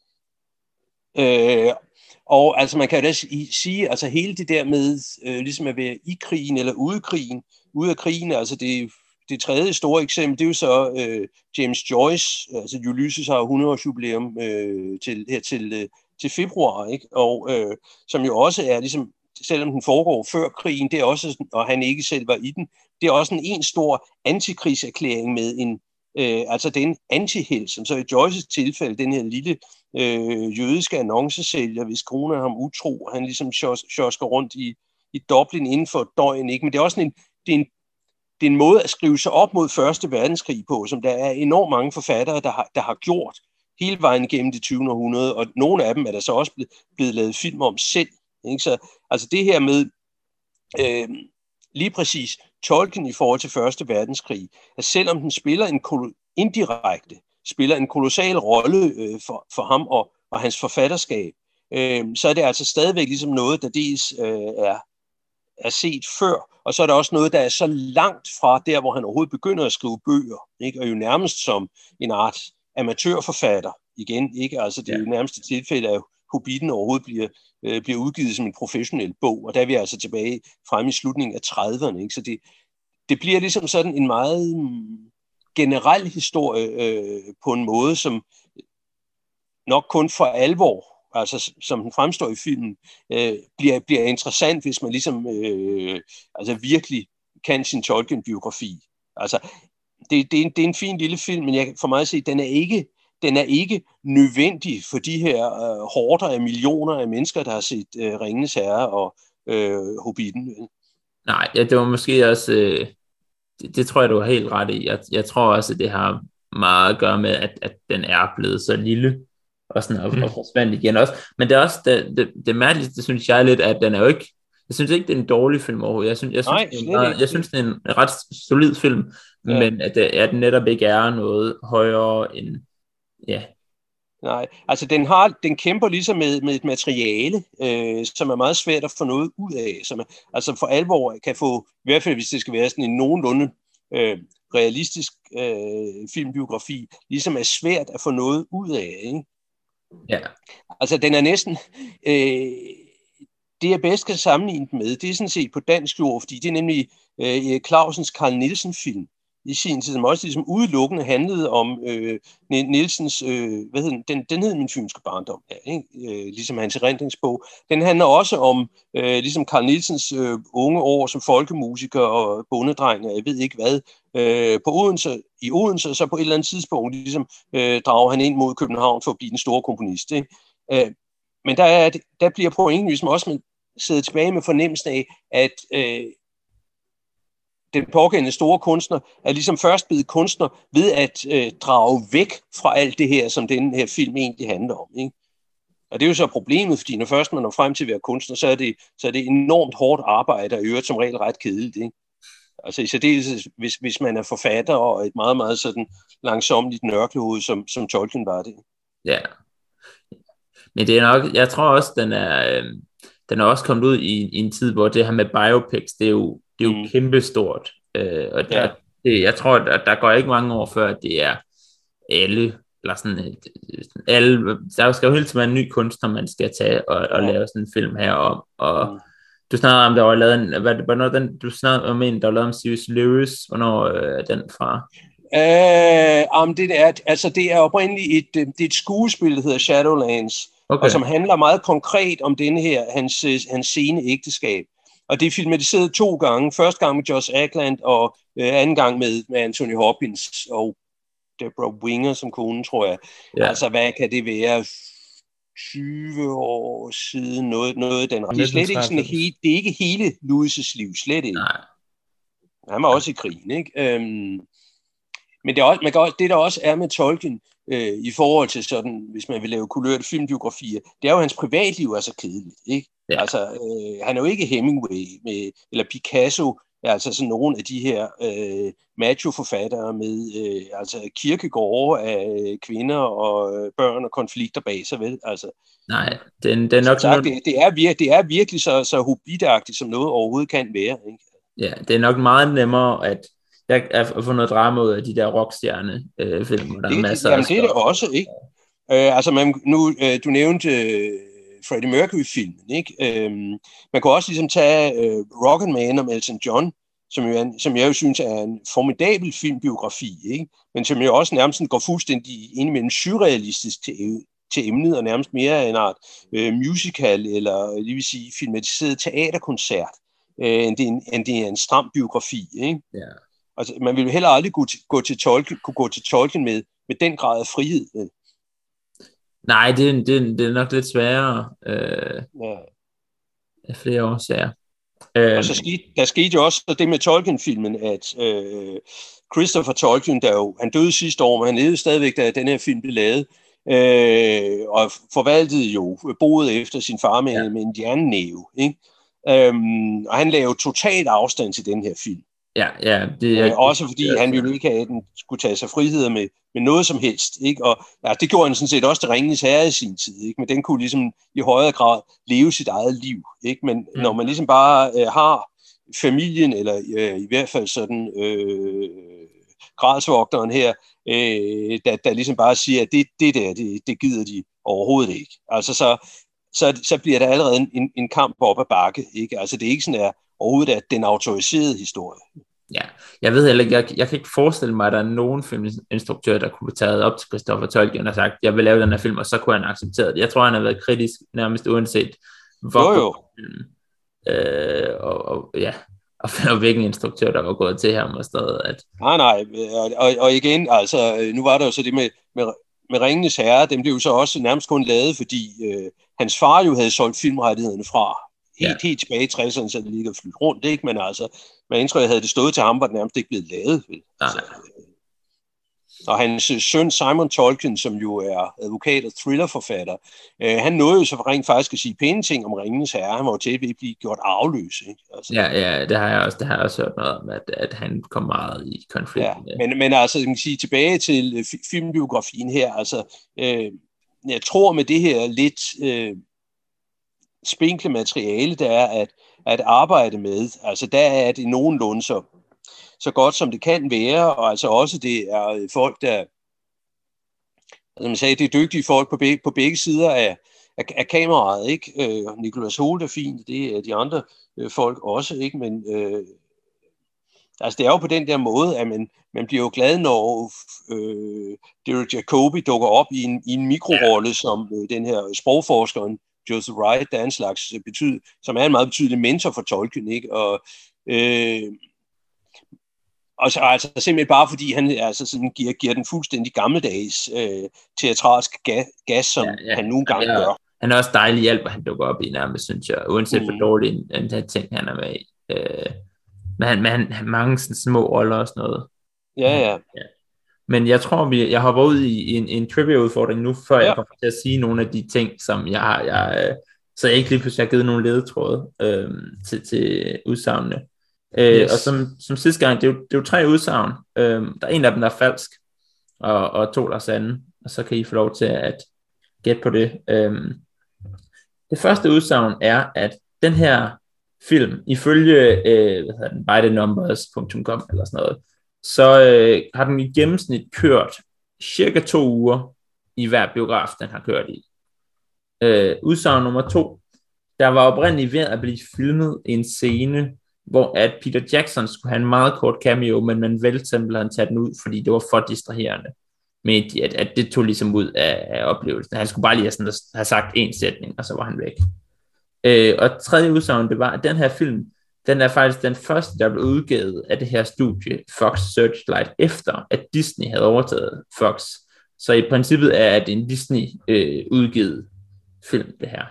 Øh, og altså man kan da sige, altså hele det der med øh, ligesom at være i krigen eller ude i krigen, ude af krigen, altså det, det tredje store eksempel, det er jo så øh, James Joyce, altså Ulysses har hundrede års jubilæum øh, til, her til, øh, til februar, ikke? Og øh, som jo også er ligesom, selvom den foregår før krigen, det er også, og han ikke selv var i den, det er også en en stor antikrigserklæring med en, øh, altså den antihelt, som så i Joyces tilfælde, den her lille øh, jødiske annoncesælger, hvis kone er ham utro, han ligesom sjosker rundt i, i Dublin inden for et døgn, ikke? Men det er også en, det er en, det er en måde at skrive sig op mod første verdenskrig på, som der er enormt mange forfattere, der har, der har gjort hele vejen gennem det tyvende århundrede, og nogle af dem er der så også blevet, blevet lavet film om selv. Ikke? Så altså det her med øh, lige præcis Tolkien i forhold til første verdenskrig, at selvom den spiller en kol- indirekte, spiller en kolossal rolle øh, for, for ham og, og hans forfatterskab, øh, så er det altså stadigvæk ligesom noget, der dels øh, er, er set før, og så er der også noget, der er så langt fra der, hvor han overhovedet begynder at skrive bøger, ikke? Og jo nærmest som en art amatørforfatter igen, ikke? Altså det er jo nærmest et tilfælde, at Hobbiten overhovedet bliver, øh, bliver udgivet som en professionel bog, og der er vi altså tilbage frem i slutningen af trediverne, ikke? Så det, det bliver ligesom sådan en meget generel historie øh, på en måde, som nok kun for alvor, altså som den fremstår i filmen, øh, bliver, bliver interessant, hvis man ligesom øh, altså virkelig kan sin Tolkien-biografi. Altså, det, det, er en, det er en fin lille film, men jeg, for mig at se, den er ikke, den er ikke nødvendig for de her øh, horder af millioner af mennesker, der har set øh, Ringenes Herre og øh, Hobbiten. Nej, ja, det var måske også, øh, det, det tror jeg, du har helt ret i. Jeg, jeg tror også, at det har meget at gøre med, at, at den er blevet så lille, og sådan og, mm. og forsvandt igen også. Men det er også, det, det, det mærkeligste, synes jeg lidt, at den er jo ikke, jeg synes ikke, det er en dårlig film overhovedet. Jeg synes, jeg synes, Nej, det, er en, jeg synes det er en ret solid film, ja. Men at, det, at den netop ikke er noget højere end, ja. Nej, altså den, har, den kæmper ligesom med, med et materiale, øh, som er meget svært at få noget ud af, som er, altså for alvor kan få, i hvert fald hvis det skal være sådan en nogenlunde øh, realistisk øh, filmbiografi, ligesom er svært at få noget ud af, ikke? Ja. Altså den er næsten, øh, det jeg bedst kan sammenligne den med, det er sådan set på dansk jord, fordi det er nemlig øh, Clausens Carl Nielsen film i sin tid, som også ligesom udelukkende handlede om øh, Nielsens, øh, hvad hed den, den, den hed Min fynske barndom, ja, ikke? Øh, ligesom hans erindringsbog. Den handler også om, øh, ligesom Carl Nielsens øh, unge år som folkemusiker og bondedreng, og jeg ved ikke hvad, øh, på Odense, i Odense, så på et eller andet tidspunkt ligesom øh, drager han ind mod København for at blive den store komponist, ikke? Øh, men der, er, der bliver pointen ligesom også, man sidder tilbage med fornemmelsen af, at øh, den pågældende store kunstner er ligesom først blevet kunstner ved at øh, drage væk fra alt det her, som den her film egentlig handler om, ikke? Og det er jo så problemet, fordi når først man når frem til at være kunstner, så er det, så er det enormt hårdt arbejde, og i øvrigt som regel ret kedeligt, ikke? Altså i særdeleshed, hvis, hvis man er forfatter og et meget, meget sådan langsomligt nørklehoved, som, som Tolkien var det. Ja. Men det er nok, jeg tror også, den er, øh, den er også kommet ud i, i en tid, hvor det her med biopics, det er jo Det er jo mm. kæmpestort, øh, og der, ja. det, jeg tror, at der går ikke mange år før, at det er alle, eller sådan, alle, der skal jo hele tiden være en ny kunstner, man skal tage og, og ja. lave sådan en film her om, og mm. du snakker om, der var lavet en, hvad, hvornår den, du snakker om en, der var lavet om C S. Lewis, hvornår øh, er den fra? Øh, um, det, er, altså, det er oprindeligt et, det er et skuespil, der hedder Shadowlands, okay. og som handler meget konkret om denne her, hans, hans sene ægteskab. Og det er filmatiseret to gange. Første gang med Josh Ackland, og øh, anden gang med, med Anthony Hopkins og Deborah Winger som kone, tror jeg. Ja. Altså, hvad kan det være? tyve år siden, noget, noget af den. Det er slet ikke sådan helt, det er ikke hele Lewis' liv, slet ikke. Nej. Han var også i krigen, ikke? Øhm, men det, er også, man kan også, det der også er med Tolkien, øh, i forhold til sådan, hvis man vil lave kulørte filmbiografier, det er jo, hans privatliv er så kedeligt, ikke? Ja. Altså, øh, han er jo ikke Hemingway med, eller Picasso, altså sådan nogle af de her øh, macho-forfattere med øh, altså kirkegårde af kvinder og øh, børn og konflikter bag sig, vel? Altså, nej, den, den er nok sagt, det, det, er vir- det er virkelig så, så hobbitagtigt, som noget overhovedet kan være, ikke? Ja, det er nok meget nemmere at, at få noget drama ud af de der rockstjerne-film, øh, der det, er masser jamen, af det er det også, ikke? Øh, altså, man, nu, øh, du nævnte øh, Freddie Mercury-filmen, ikke? Øh, man kan også ligesom tage øh, Rocketman om Elton John, som, jo er, som jeg jo synes er en formidabel filmbiografi, ikke? Men som jo også nærmest går fuldstændig indimellem surrealistisk til, til emnet, og nærmest mere en art øh, musical, eller det vil sige filmatiseret teaterkoncert, øh, end, det er en, end det er en stram biografi, ikke? Ja. Altså, man vil jo heller aldrig gå til, gå til Tolkien, kunne gå til Tolkien med, med den grad af frihed. Øh. Nej, det, det, det er nok lidt sværere øh, ja. af flere årsager. Øh, og så skete, der skete jo også det med Tolkien-filmen, at øh, Christopher Tolkien, der jo, han døde sidste år, men han levede stadigvæk, da den her film blev lavet, øh, og forvaltede jo boet efter sin far med, ja. med en jernnæve, ikke? Øhm, og han lavede totalt afstand til den her film. Ja, ja. Det er, øh, også fordi han ville ikke have, at den skulle tage sig friheder med, med noget som helst, ikke? Og ja, det gjorde han sådan set også til Ringenes Herre i sin tid, ikke? Men den kunne ligesom i højere grad leve sit eget liv, ikke? Men mm. når man ligesom bare øh, har familien, eller øh, i hvert fald sådan øh, gradsvogteren her, øh, der, der ligesom bare siger, at det, det der, det, det gider de overhovedet ikke. Altså så, så, så bliver der allerede en, en kamp op ad bakke, ikke? Altså det er ikke sådan, at overhovedet er den autoriserede historie. Ja, jeg ved heller ikke, jeg, jeg kan ikke forestille mig, at der er nogen filminstruktør, der kunne blive taget op til Christopher Tolkien og sagt, jeg vil lave den her film, og så kunne han acceptere det. Jeg tror, han har været kritisk nærmest uanset hvor jo, jo. Film, øh, og, og ja, og for hvilken instruktør, der var gået til ham og stadig. At... Nej, nej, og, og igen, altså, nu var der jo så det med, med, med Ringenes Herre, dem blev jo så også nærmest kun lavet, fordi øh, hans far jo havde solgt filmrettighederne fra. Helt, ja. helt tilbage i tresserne, så det ligger flyt rundt, ikke? Men altså, man indtryk, at havde det stået til ham, var det nærmest ikke blevet lavet. Altså, og hans søn Simon Tolkien, som jo er advokat og thrillerforfatter, øh, han nåede jo så rent faktisk at sige pæne ting om Ringenes Herre. Han var jo til at blive gjort arveløs, ikke? Altså, ja, ja, det har jeg også, det har jeg også hørt noget om, at, at han kom meget i konflikt. Ja, men, men altså, man kan sige, tilbage til filmbiografien her, altså, øh, jeg tror med det her lidt... Øh, spinkle materiale, der er at, at arbejde med. Altså, der er det nogenlunde så, så godt, som det kan være, og altså også det er folk, der, altså man sagde, det er dygtige folk på begge, på begge sider af, af, af kameraet, ikke? Øh, Nicholas Hoult er fint, det er de andre øh, folk også, ikke? Men øh, altså, det er jo på den der måde, at man, man bliver jo glad, når øh, Derek Jacobi dukker op i en, i en mikrorolle, som øh, den her sprogforskeren Joseph Wright, der er en slags betyd, som er en meget betydelig mentor for Tolkien, ikke? Og, øh, og så, altså simpelthen bare fordi han altså sådan giver, giver den fuldstændig gammeldags øh, teatralsk gas, gas som ja, ja. han nogle gange ja, gør. Han er også dejlig hjælp, at han dukker op i nærmest, synes jeg, uanset hvor mm. dårlig en, en, en ting han er med i. Øh, men han, men han har mange sådan små roller og sådan noget. Ja, ja. ja. Men jeg tror, vi, jeg hopper ud i en, en trivia-udfordring nu, før ja. jeg kommer til at sige nogle af de ting, som jeg har, jeg, så jeg ikke lige pludselig har givet nogle ledetråde øh, til, til udsagnene. Øh, yes. Og som, som sidste gang, det er jo, det er jo tre udsagn. Øh, der er en af dem, der er falsk, og, og to, der er sande, og så kan I få lov til at gætte på det. Øh, det første udsagn er, at den her film, ifølge øh, hvad hedder den, by the numbers punktum com eller sådan noget, så øh, har den i gennemsnit kørt cirka to uger i hver biograf, den har kørt i. Øh, udsagn nummer to, der var oprindeligt ved at blive filmet en scene, hvor at Peter Jackson skulle have en meget kort cameo, men man valgte simpelthen at tage den ud, fordi det var for distraherende. Men at, at det tog ligesom ud af, af oplevelsen. Han skulle bare lige have, sådan, have sagt en sætning, og så var han væk. Øh, og tredje udsagn, det var, at den her film, den er faktisk den første, der blev udgivet af det her studie, Fox Searchlight, efter at Disney havde overtaget Fox. Så i princippet er det en Disney øh, udgivet film, det her.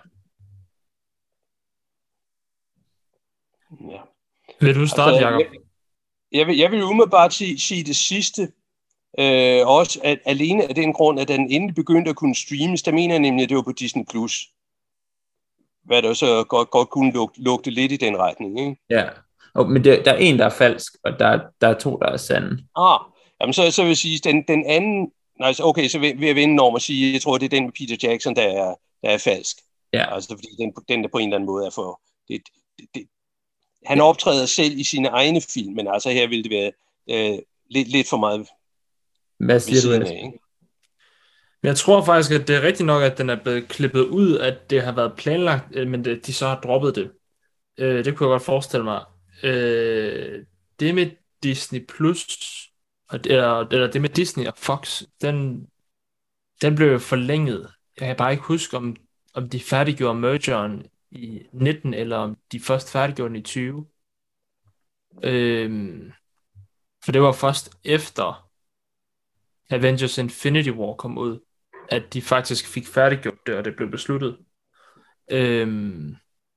Ja. Vil du starte, Altså, Jacob? jeg, jeg, vil, jeg vil umiddelbart sige, sige det sidste, øh, også at alene af den grund, at den endelig begyndte at kunne streames, der mener jeg nemlig, at det var på Disney plus. Hvad der så godt, godt kunne lugte, lugte lidt i den retning, ikke? Ja, og, men det, der er en, der er falsk, og der, der er to, der er sande. Ah, jamen så, så vil jeg sige, den, den anden, nej, okay, så vil, vil jeg vende om og sige, jeg tror, det er den med Peter Jackson, der er, der er falsk. Ja. Altså, fordi den, den der på en eller anden måde er for... Det, det, det, han optræder selv i sine egne film, men altså her vil det være øh, lidt, lidt for meget. Hvad siger du, af, ikke? Jeg tror faktisk, at det er rigtigt nok, at den er blevet klippet ud, at det har været planlagt, men de så har droppet det. Det kunne jeg godt forestille mig. Det med Disney Plus, eller, eller det med Disney og Fox, den, den blev jo forlænget. Jeg kan bare ikke huske, om, om de færdiggjorde mergeren i nitten, eller om de først færdiggjorde den i tyve. Øhm, for det var først efter Avengers Infinity War kom ud, at de faktisk fik færdiggjort det, og det blev besluttet. Øhm,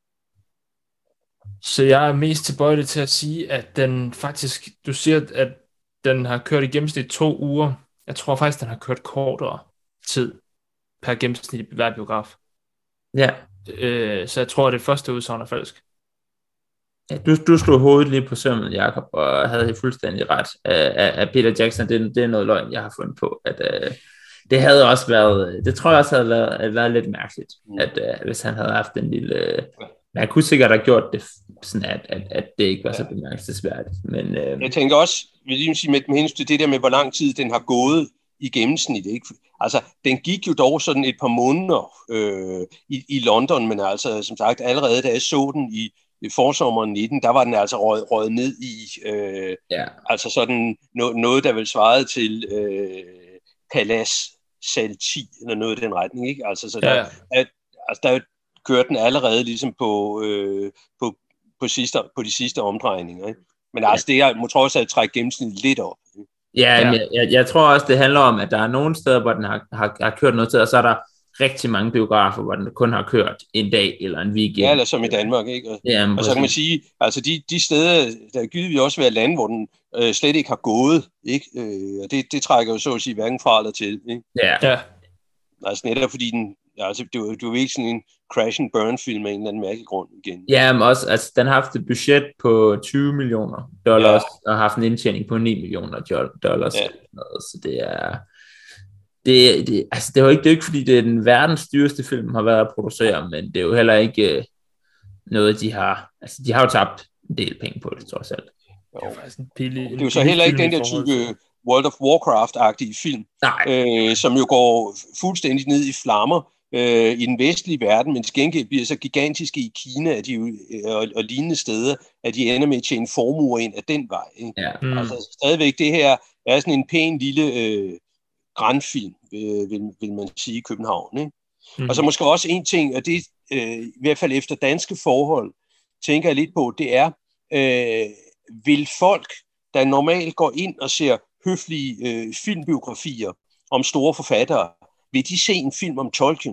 så jeg er mest tilbøjelig til at sige, at den faktisk, du siger, at den har kørt i gennemsnit to uger. Jeg tror faktisk, den har kørt kortere tid per gennemsnit i hver biograf. Ja. Øh, så jeg tror, at det første udsagn er falsk. Ja, du, du slog hovedet lige på sømmet, Jacob, og havde fuldstændig ret. Af uh, Peter Jackson, det, det er noget løgn, jeg har fundet på. At, uh, det havde også været, det tror jeg også havde været, været lidt mærkeligt, at uh, hvis han havde haft en lille... Uh, man kunne sikkert have gjort det sådan, at, at, at det ikke var så bemærkelsesværdigt. Men, uh, jeg tænker også, vil lige sige med, med hensyn til det der med, hvor lang tid den har gået i gennemsnit, ikke? Altså, den gik jo dog sådan et par måneder øh, i, i London, men altså, som sagt, allerede da jeg så den i, i forsommeren nitten, der var den altså røget, røget ned i, øh, ja. altså sådan no, noget, der vel svarede til øh, Palas Sal ti, eller noget i den retning, ikke? Altså, så der, ja. at, altså, der kørte den allerede ligesom på, øh, på, på, sidste, på de sidste omdrejninger, ikke? Men altså, det er, må trods alt trække gennemsnit lidt op. Ja, ja. Jeg, jeg, jeg tror også, det handler om, at der er nogle steder, hvor den har, har, har kørt noget tid, og så er der rigtig mange biografer, hvor den kun har kørt en dag eller en weekend. Ja, eller som i Danmark, ikke? Og, ja, og så kan man sige, altså de, de steder, der givet også være lande, hvor den øh, slet ikke har gået, ikke? Øh, og det, det trækker jo så at sige hverken fra eller til, ikke? Ja. ja. Altså netop fordi den, altså det var, det var ikke sådan en crash and burn film af en eller anden mærkelig grund igen. Ja, men også, altså den har haft et budget på tyve millioner dollars, ja. Og har haft en indtjening på ni millioner dollars. Ja. Så det er, det, det, altså det er jo ikke, det er ikke fordi det er den verdens dyreste film har været at producere, men det er jo heller ikke noget, de har, altså de har jo tabt en del penge på det, trods alt. Jo. Det er, en pille, det er jo så heller ikke den der type World of Warcraft-agtige film, øh, som jo går fuldstændig ned i flammer øh, i den vestlige verden, men til gengæld bliver så gigantiske i Kina at de, øh, og, og lignende steder, at de ender med at tjene formuer ind af den vej. Ikke? Ja. Mm. Altså stadigvæk, det her er sådan en pæn lille øh, grandfilm, øh, vil, vil man sige, i København. Ikke? Mm. Og så måske også en ting, og det øh, i hvert fald efter danske forhold, tænker jeg lidt på, det er, øh, vil folk, der normalt går ind og ser høflige øh, filmbiografier om store forfattere, vil de se en film om Tolkien?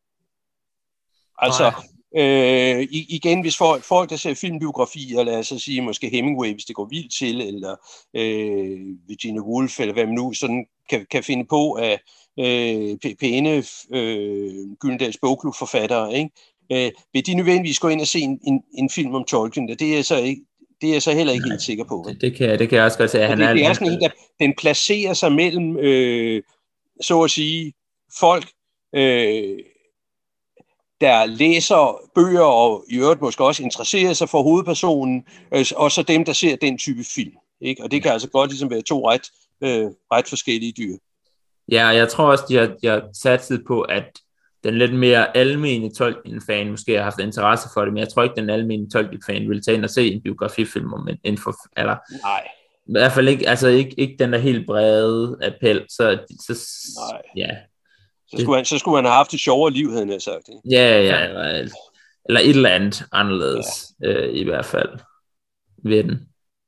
Altså, øh, igen, hvis folk, folk, der ser filmbiografier, lad os så sige måske Hemingway, hvis det går vildt til, eller øh, Virginia Woolf, eller hvad man nu sådan kan, kan finde på af øh, pæne øh, Gyldendals bogklubforfattere, ikke? Øh, vil de nødvendigvis gå ind og se en, en, en film om Tolkien? Det er så ikke Det er jeg så heller ikke Nej, helt sikker på. Det, det, kan, det kan jeg også godt sige. Han det, er, det er sådan en, der den placerer sig mellem, øh, så at sige, folk, øh, der læser bøger og i øvrigt måske også interesserer sig for hovedpersonen, øh, og så dem, der ser den type film. Ikke? Og det kan altså godt ligesom være to ret, øh, ret forskellige dyr. Ja, jeg tror også, de har, de har satset på, at den lidt mere almene Tolkien-fan måske har haft interesse for det, men jeg tror ikke, den almene Tolkien-fan vil tage ind og se en biografifilm om en, en for, eller Nej. I hvert fald ikke, altså ikke, ikke den der helt brede appel, så, så Nej. Ja. Så skulle, han, så skulle man have haft et sjovere liv, havde jeg sagt. Ikke? Ja, ja, eller, eller et eller andet anderledes, ja. øh, i hvert fald ved den.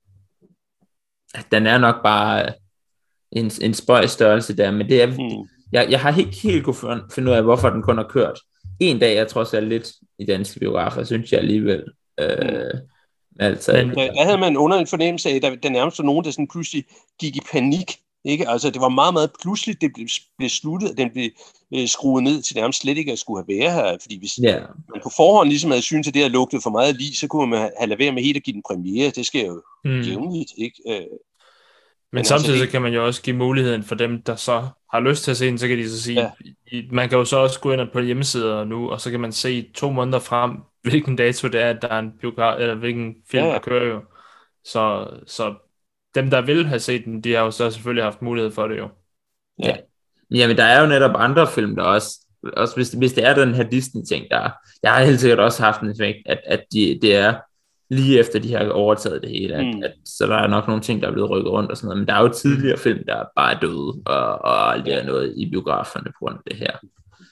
Den er nok bare en, en spøjs størrelse der, men det er, mm. jeg, jeg har ikke helt kunne finde ud af, hvorfor den kun har kørt en dag, jeg tror selv lidt i danske biografer, synes jeg alligevel. Øh, Mm. altså, Men- Der, der havde man under en fornemmelse af, at der, der nærmest var nogen, der sådan pludselig gik i panik. Ikke? Altså, det var meget, meget pludseligt, det blev, blev sluttet, den blev øh, skruet ned til nærmest slet ikke at skulle have været her. Fordi hvis ja, man på forhånd ligesom havde syntes, at det havde lugtet for meget lige, så kunne man have, have lavet være med helt at give den premiere. Det sker jo Mm. jævnligt, ikke? Øh, Men, Men samtidig altså, så det- kan man jo også give muligheden for dem, der så har lyst til at se den, så kan de så sige, Ja. i, man kan jo så også gå ind på hjemmesider nu, og så kan man se to måneder frem, hvilken dato det er, at der er en biograf, eller hvilken film, Ja, ja. der kører jo. Så, så dem, der vil have set den, de har jo så selvfølgelig haft mulighed for det jo. ja. Jamen, der er jo netop andre film, der også, også hvis, hvis det er den her Disney-ting, der jeg har helt sikkert også haft en effekt, at, at de, det er lige efter, de har overtaget det hele, at, Mm. at, så der er nok nogle ting, der er blevet rykket rundt og sådan noget, men der er jo tidligere film, der bare er døde, og, og aldrig er noget i biograferne på grund af det her.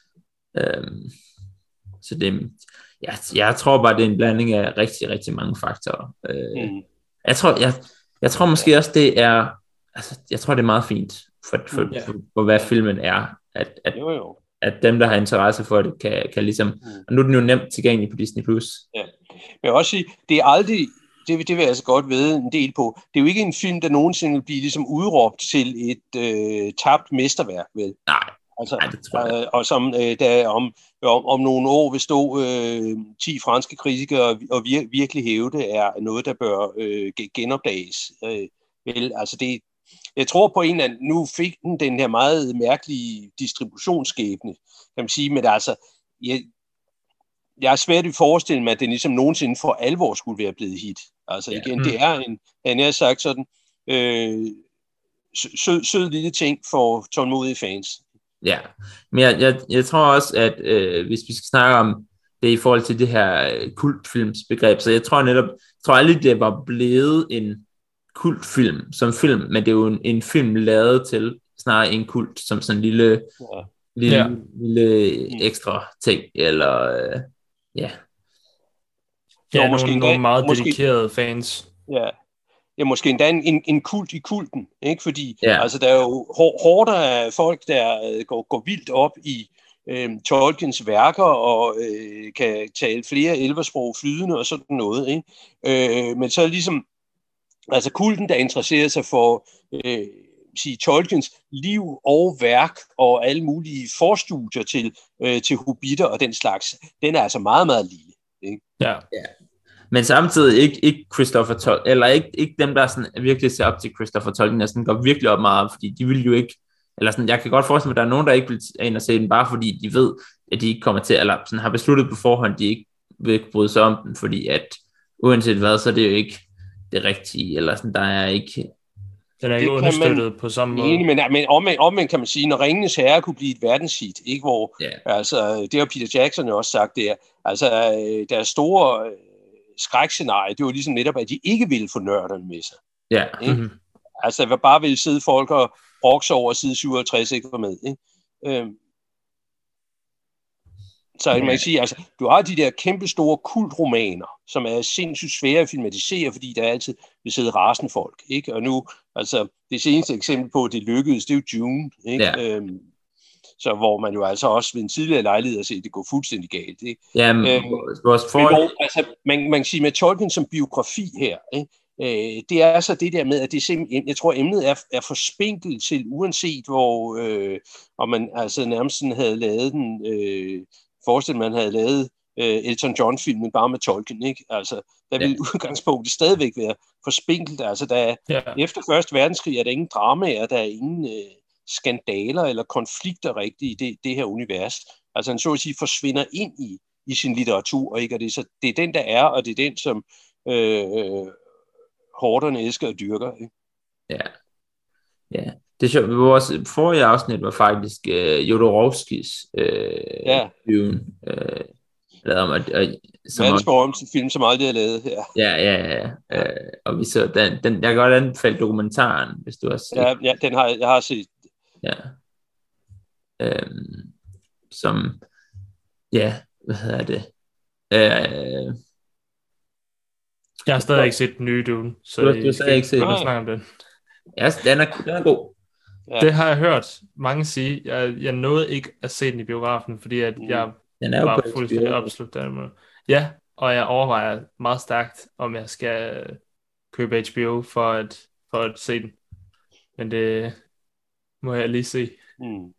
Øhm, så det, jeg, jeg tror bare, det er en blanding af rigtig, rigtig mange faktorer. Øh, Mm. jeg, tror, jeg, jeg tror måske også, det er, altså, jeg tror, det er meget fint for, for, Mm. for, for hvad filmen er, at, at, Jo, jo. at dem, der har interesse for det, kan, kan ligesom, Mm. og nu er den jo nemt tilgængelig på Disney plus. Men jeg vil også sige, det er aldrig, det, det vil jeg altså godt vide en del på, det er jo ikke en film, der nogensinde vil blive ligesom udråbt til et øh, tabt mesterværk, vel? Nej, Altså, nej, det tror jeg. øh, og som øh, der om, om, om nogle år vil stå øh, ti franske kritikere og, og vir, virkelig hæve det, er noget, der bør øh, genopdages. Øh, vel, altså det, jeg tror på en eller anden, nu fik den den her meget mærkelige distributionsskæbne, kan man sige, men altså, jeg, jeg er svært at forestille mig, at det ligesom nogensinde for alvor skulle være blevet hit. Altså Ja. igen, Mm. det er en, han har sagt sådan, øh, sød, sød lille ting for tålmodige fans. Ja, men jeg, jeg, jeg tror også, at øh, hvis vi skal snakke om det i forhold til det her øh, kultfilmsbegreb, så jeg tror netop, jeg tror aldrig, det var blevet en kultfilm som film, men det er jo en, en film lavet til snarere en kult, som sådan en lille, Ja. lille, Ja. lille ekstra ting, eller øh, ja. Ja, Jo, måske nogle, endda- nogle meget måske- dedikerede fans. Ja. Ja, måske endda en, en, en kult i kulten, ikke? Fordi Ja. altså, der er jo hår- horder af folk, der øh, går, går vildt op i øh, Tolkiens værker og øh, kan tale flere elversprog flydende og sådan noget, ikke? Øh, men så ligesom altså kulten, der interesserer sig for øh, sige, Tolkiens liv og værk og alle mulige forstudier til, øh, til hobitter og den slags, den er altså meget, meget lille. Ikke? Ja. Men samtidig ikke, ikke Christopher Tolkien, eller ikke, ikke dem, der sådan virkelig ser op til Christopher Tolkien, der sådan går virkelig op meget, fordi de vil jo ikke, eller sådan, jeg kan godt forestille mig, at der er nogen, der ikke vil ind og se den, bare fordi de ved, at de ikke kommer til, eller sådan har besluttet på forhånd, de ikke vil bryde sig om den, fordi at uanset hvad, så er det jo ikke det rigtige, eller sådan, der er ikke... Den er ikke Det kan man- understøttet på samme måde. Enig, men, men omvendt, omvendt kan man sige, når Ringenes Herre kunne blive et verdenshit, ikke? Hvor, Ja. altså, det har Peter Jackson jo også sagt, det er, altså, øh, deres store øh, skrækscenarie, det var ligesom netop, at de ikke ville få nørderne med sig. Ja, Ikke? Mhm. Altså, der bare ville sidde folk og brokse over side syvoghalvtreds ikke var med. Ikke? Øhm. Så man Ja. kan sige, altså, du har de der kæmpe store kultromaner, som er sindssygt svære at filmatisere, fordi der altid vil sidde rasende folk. Ikke? Og nu, altså, det seneste eksempel på, at det lykkedes, det er jo Dune. Ikke? Ja. Øhm, så hvor man jo altså også ved en tidligere lejlighed har set, at det går fuldstændig galt. Ikke? ja Øhm, vores, vores Men forhold... hvor, altså, man, man kan sige med Tolkien som biografi her, ikke? Øh, det er så det der med, at det simpelthen, jeg tror, emnet er, er for spinkelt til, uanset hvor, øh, om man altså nærmest sådan havde lavet den, øh, forestil man havde lavet øh, Elton John-filmen bare med Tolkien, ikke? Altså, der ville Ja. udgangspunktet stadigvæk være for spinkelt. Altså, der er, Ja. efter første verdenskrig er der ingen dramaer, der er ingen øh, skandaler eller konflikter rigtigt i det, det her univers. Altså, han så at sige forsvinder ind i, i sin litteratur, ikke? Og det er, så, det er den, der er, og det er den, som øh, horderne elsker og dyrker. Ikke? Ja. Ja. Det er sjovt. Vores forrige afsnit var faktisk uh, Jodorowskis øh, Ja. Dune, øh, lavet om, at, at, som Verdens også, berømte film, som aldrig er lavet her. ja, ja, ja. Øh, og vi så den, den, jeg kan godt anbefale dokumentaren, hvis du har set. Ja, ja, den har jeg har set. Ja. Øhm, som, ja, hvad hedder det? Øh, Jeg har stadig ikke set den nye Dune, så Du har- I du har skal stadig ikke set begynde at den? snakke om den. ja, den er, den er god. Ja. Det har jeg hørt mange sige. Jeg, jeg nåede ikke at se den i biografen, fordi at Mm. jeg Den er jo bare på fuldstændig H B O. absolut der. Ja, og jeg overvejer meget stærkt, om jeg skal købe H B O for at, for at se den. Men det må jeg lige se. Mm.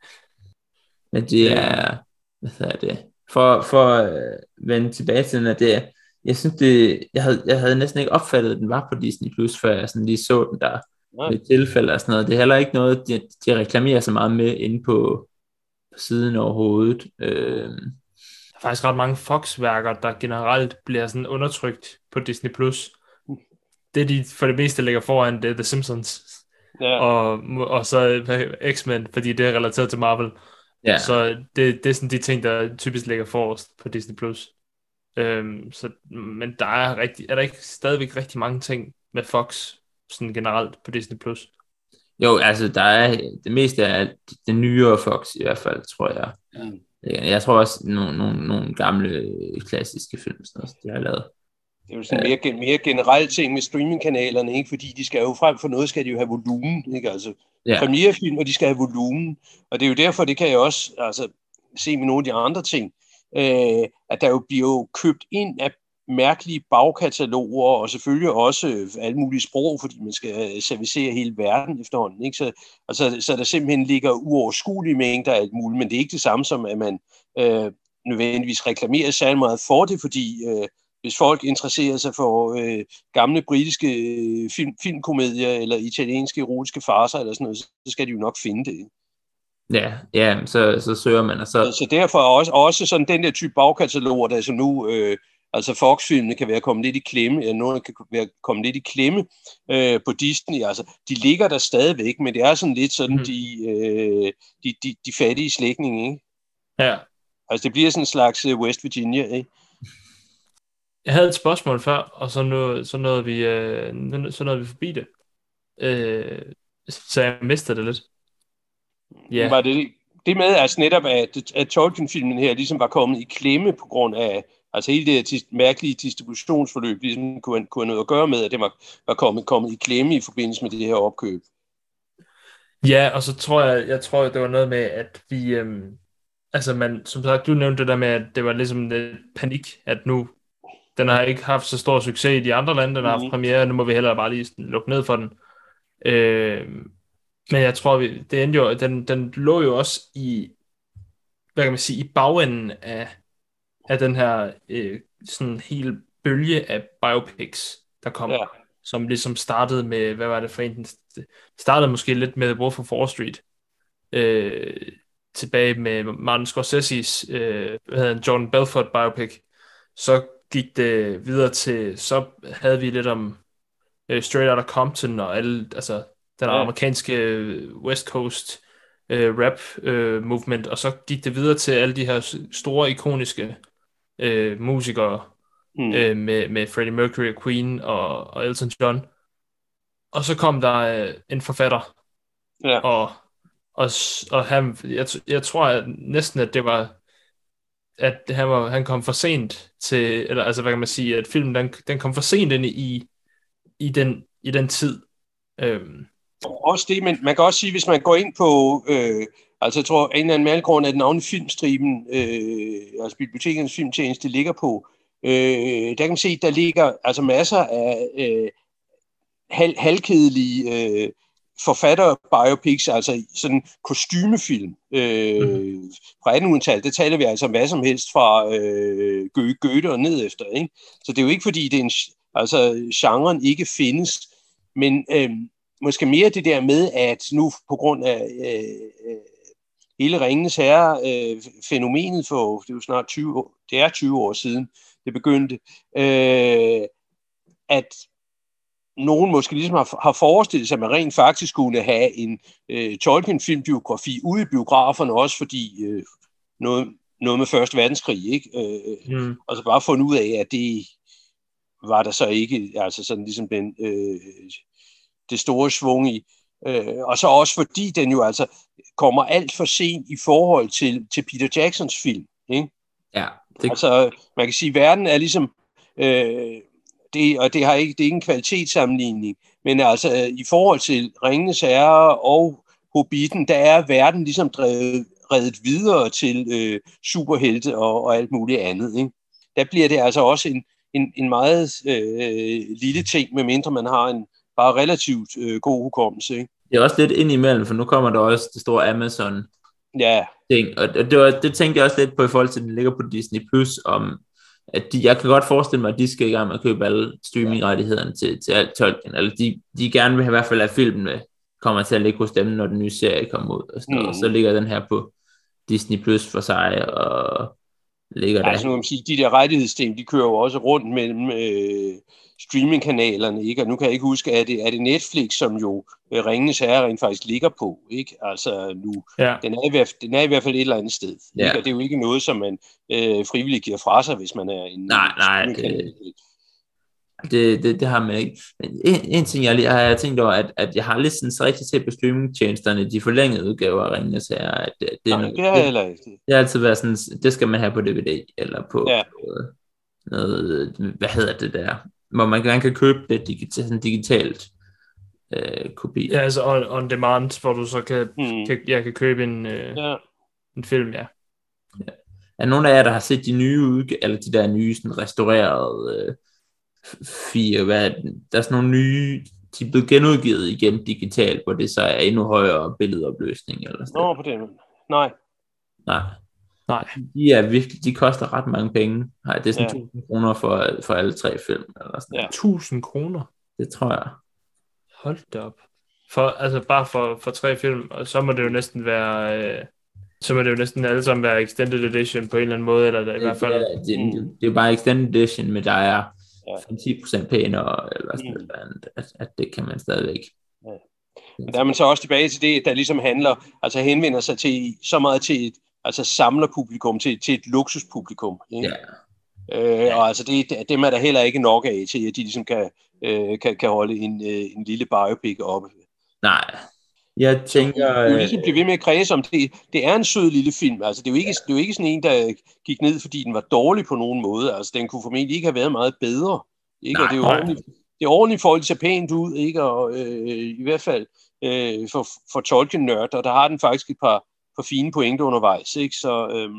Men det Øhm, er, hvad hedder det, for, for at vende tilbage til den, at det, jeg synes det, jeg havde, jeg havde næsten ikke opfattet, at den var på Disney Plus, før jeg sådan lige så den der Nej. ved tilfælde og sådan noget. Det er heller ikke noget, de, de reklamerer så meget med inde på, på siden overhovedet. Øhm, Der er faktisk ret mange Fox-værker, der generelt bliver sådan undertrykt på Disney+. Plus. Det de for det meste ligger foran, det er The Simpsons. Ja. Og, og så X-Men, fordi det er relateret til Marvel. ja, Så det, det er sådan de ting, der typisk ligger forrest på Disney+. Plus. Øhm, så, men der er, rigtig, er der ikke stadigvæk rigtig mange ting med Fox sådan generelt på Disney+. Plus. jo, altså der er, det meste er det nyere Fox i hvert fald, tror jeg. Mm. Jeg tror også nogle, nogle, nogle gamle klassiske film, sådan noget, de har lavet. Det er jo sådan mere, mere generelt ting med streamingkanalerne, ikke? Fordi de skal jo frem for noget, skal de jo have volumen, ikke? Altså Ja. premierefilm, og de skal have volumen. Og det er jo derfor, det kan jeg også altså, se med nogle af de andre ting, øh, at der jo bliver jo købt ind af mærkelige bagkataloger, og selvfølgelig også alle mulige sprog, fordi man skal servicere hele verden efterhånden, ikke? Så, altså, så der simpelthen ligger uoverskuelige mængder af alt muligt, men det er ikke det samme som, at man øh, nødvendigvis reklamerer særlig meget for det, fordi øh, hvis folk interesserer sig for øh, gamle britiske øh, film, filmkomedier eller italienske erotiske farser eller sådan noget, så skal de jo nok finde det. Ja, ja, så, så søger man, og så... Så, så derfor også, også sådan den der type bagkataloger, der så nu, øh, altså Fox-filmene kan være kommet lidt i klemme, eller nogle kan være kommet lidt i klemme øh, på Disney, altså de ligger der stadigvæk, men det er sådan lidt sådan, mm. de, øh, de, de, de fattige slægtninge, ikke? Ja. Altså det bliver sådan en slags West Virginia, ikke? Jeg havde et spørgsmål før, og så nåede, så nåede, vi, øh, så nåede vi forbi det. Øh, så jeg mistede det lidt. Ja. Var det det med, altså netop, at, at Tolkien-filmen her ligesom var kommet i klemme på grund af, altså hele det her mærkelige distributionsforløb, ligesom kunne, kunne have noget at gøre med, at det var, var kommet, kommet i klemme i forbindelse med det her opkøb. Ja, og så tror jeg, jeg tror, det var noget med, at vi, øhm, altså man, som sagt, du nævnte det der med, at det var ligesom lidt panik, at nu, den har ikke haft så stor succes i de andre lande, den har haft premiere, nu må vi hellere bare lige lukke ned for den. Øh, men jeg tror, vi, det endte jo, den, den lå jo også i, hvad kan man sige, i bagenden af, af den her øh, sådan hel bølge af biopics, der kom, ja. Som ligesom startede med, hvad var det for en, den startede måske lidt med Wolf of Wall Street, øh, tilbage med Martin Scorsese's, øh, hvad hedder en Jordan Belfort biopic, så gik det videre til, så havde vi lidt om uh, Straight Outta Compton og alle, altså den ja. amerikanske West Coast uh, rap uh, movement, og så gik det videre til alle de her store, ikoniske uh, musikere mm. uh, med, med Freddie Mercury og Queen og, og Elton John. Og så kom der uh, en forfatter, ja. og, og, og han, jeg, jeg tror at næsten, at det var at han, var, han kom for sent til, eller altså hvad kan man sige, at filmen den, den kom for sent ind i, i, den, i den tid. Øhm. Også det, men man kan også sige, hvis man går ind på, øh, altså jeg tror, en eller anden malgrund af den navne filmstriben, øh, altså bibliotekernes filmtjeneste ligger på, øh, der kan man se, der ligger altså masser af øh, hal- halvkedelige øh, forfatter-biopics, altså sådan kostymefilm øh, mm. fra attenhundredetallet, det taler vi altså hvad som helst fra øh, Goethe og ned efter, ikke? Så det er jo ikke fordi, det er en, altså, genren ikke findes, men øh, måske mere det der med, at nu på grund af øh, hele Ringenes Herre-fænomenet øh, for, det er jo snart tyve år, det er tyve år siden, det begyndte, øh, at nogen måske ligesom har, har forestillet sig, at man rent faktisk kunne have en øh, Tolkien-filmbiografi ude i biograferne, også fordi øh, noget, noget med Første Verdenskrig, ikke? Øh, mm. Og så bare fundet ud af, at det var der så ikke, altså sådan ligesom den, øh, det store svung i. Øh, og så også fordi den jo altså kommer alt for sent i forhold til, til Peter Jacksons film, ikke? Ja. Det... Altså, man kan sige, at verden er ligesom... Øh, Det, og det har ikke, det er ikke en kvalitetssammenligning, men altså i forhold til Ringenes Herre og Hobbiten, der er verden ligesom drevet reddet videre til øh, superhelte og, og alt muligt andet, ikke? Der bliver det altså også en, en, en meget øh, lille ting, medmindre man har en bare relativt øh, god hukommelse, ikke? Det er også lidt ind imellem, for nu kommer der også det store Amazon ja. ting, og det, var, det tænkte jeg også lidt på i forhold til, at den ligger på Disney Plus, om at de, jeg kan godt forestille mig, at de skal i gang med at købe alle streamingrettighederne til, til alt Tolkien, eller de, de gerne vil have, i hvert fald, at filmene kommer til at ligge hos dem, når den nye serie kommer ud, og, sådan mm. og så ligger den her på Disney Plus for sig, og ligger der. Altså nu kan man sige, de der rettighedsting, de kører jo også rundt mellem øh, streamingkanalerne, ikke? Og nu kan jeg ikke huske, er det, er det Netflix, som jo øh, Ringenes Herre rent faktisk ligger på, ikke? Altså nu, ja. den, er i hvert, den er i hvert fald et eller andet sted, ja. Ikke? Og det er jo ikke noget, som man øh, frivilligt giver fra sig, hvis man er en nej, nej, det, det, det, det har man ikke. Men en, en ting, jeg lige har jeg tænkt over, at, at jeg har lidt sådan så rigtig set på streamingtjenesterne, de forlængede udgaver af Ringenes Herre, at det, det, nej, noget, det har jeg heller ikke. Det har altid været sådan, det skal man have på D V D, eller på, ja. på noget, hvad hedder det der, hvor man gerne kan købe det digitalt, sådan digitalt øh, kopi. Ja, altså on, on demand, hvor du så kan, mm. kan, jeg kan købe en, øh, ja. en film, ja. ja. Er nogen af jer, der har set de nye udgaver, eller de der nye, sådan restaurerede øh, fire, hvad, der er sådan nogle nye, de er blevet genudgivet igen digitalt, hvor det så er endnu højere billedopløsning, eller sådan noget. Nå, på den. Nej. Nej. Nej. De er virkelig, de koster ret mange penge. Nej, det er sådan ja. tusind kroner for, for alle tre film. Eller sådan ja. tusind kroner? Det tror jeg. Hold da op. For, altså bare for, for tre film, og så må det jo næsten være, øh, så må det jo næsten alle sammen være extended edition på en eller anden måde, eller der, i det, hvert fald. Det, det, det, det er jo bare extended edition, men der er ja. ti procent pænere, eller sådan mm. noget, at, at det kan man stadigvæk. Ja. Men der er man så også tilbage til det, der ligesom handler, altså henvender sig til så meget til et altså samlerpublikum, til, til et luksuspublikum. Ikke? Ja. Øh, og altså det, dem er der heller ikke nok af til, at de ligesom kan, øh, kan, kan holde en, øh, en lille biopic oppe. Nej, jeg tænker... Så, det er jo ligesom blive ved med at kredse om det. Det er en sød lille film. Altså, det er jo ikke, ja. det er jo ikke sådan en, der gik ned, fordi den var dårlig på nogen måde. Altså, den kunne formentlig ikke have været meget bedre. Ikke? Nej, og det er jo ordentligt, det er ordentligt for at det ser pænt ud, ikke? Og øh, i hvert fald øh, for, for Tolkien-nørd, og der har den faktisk et par, par fine pointer undervejs. Ikke? Så, øh...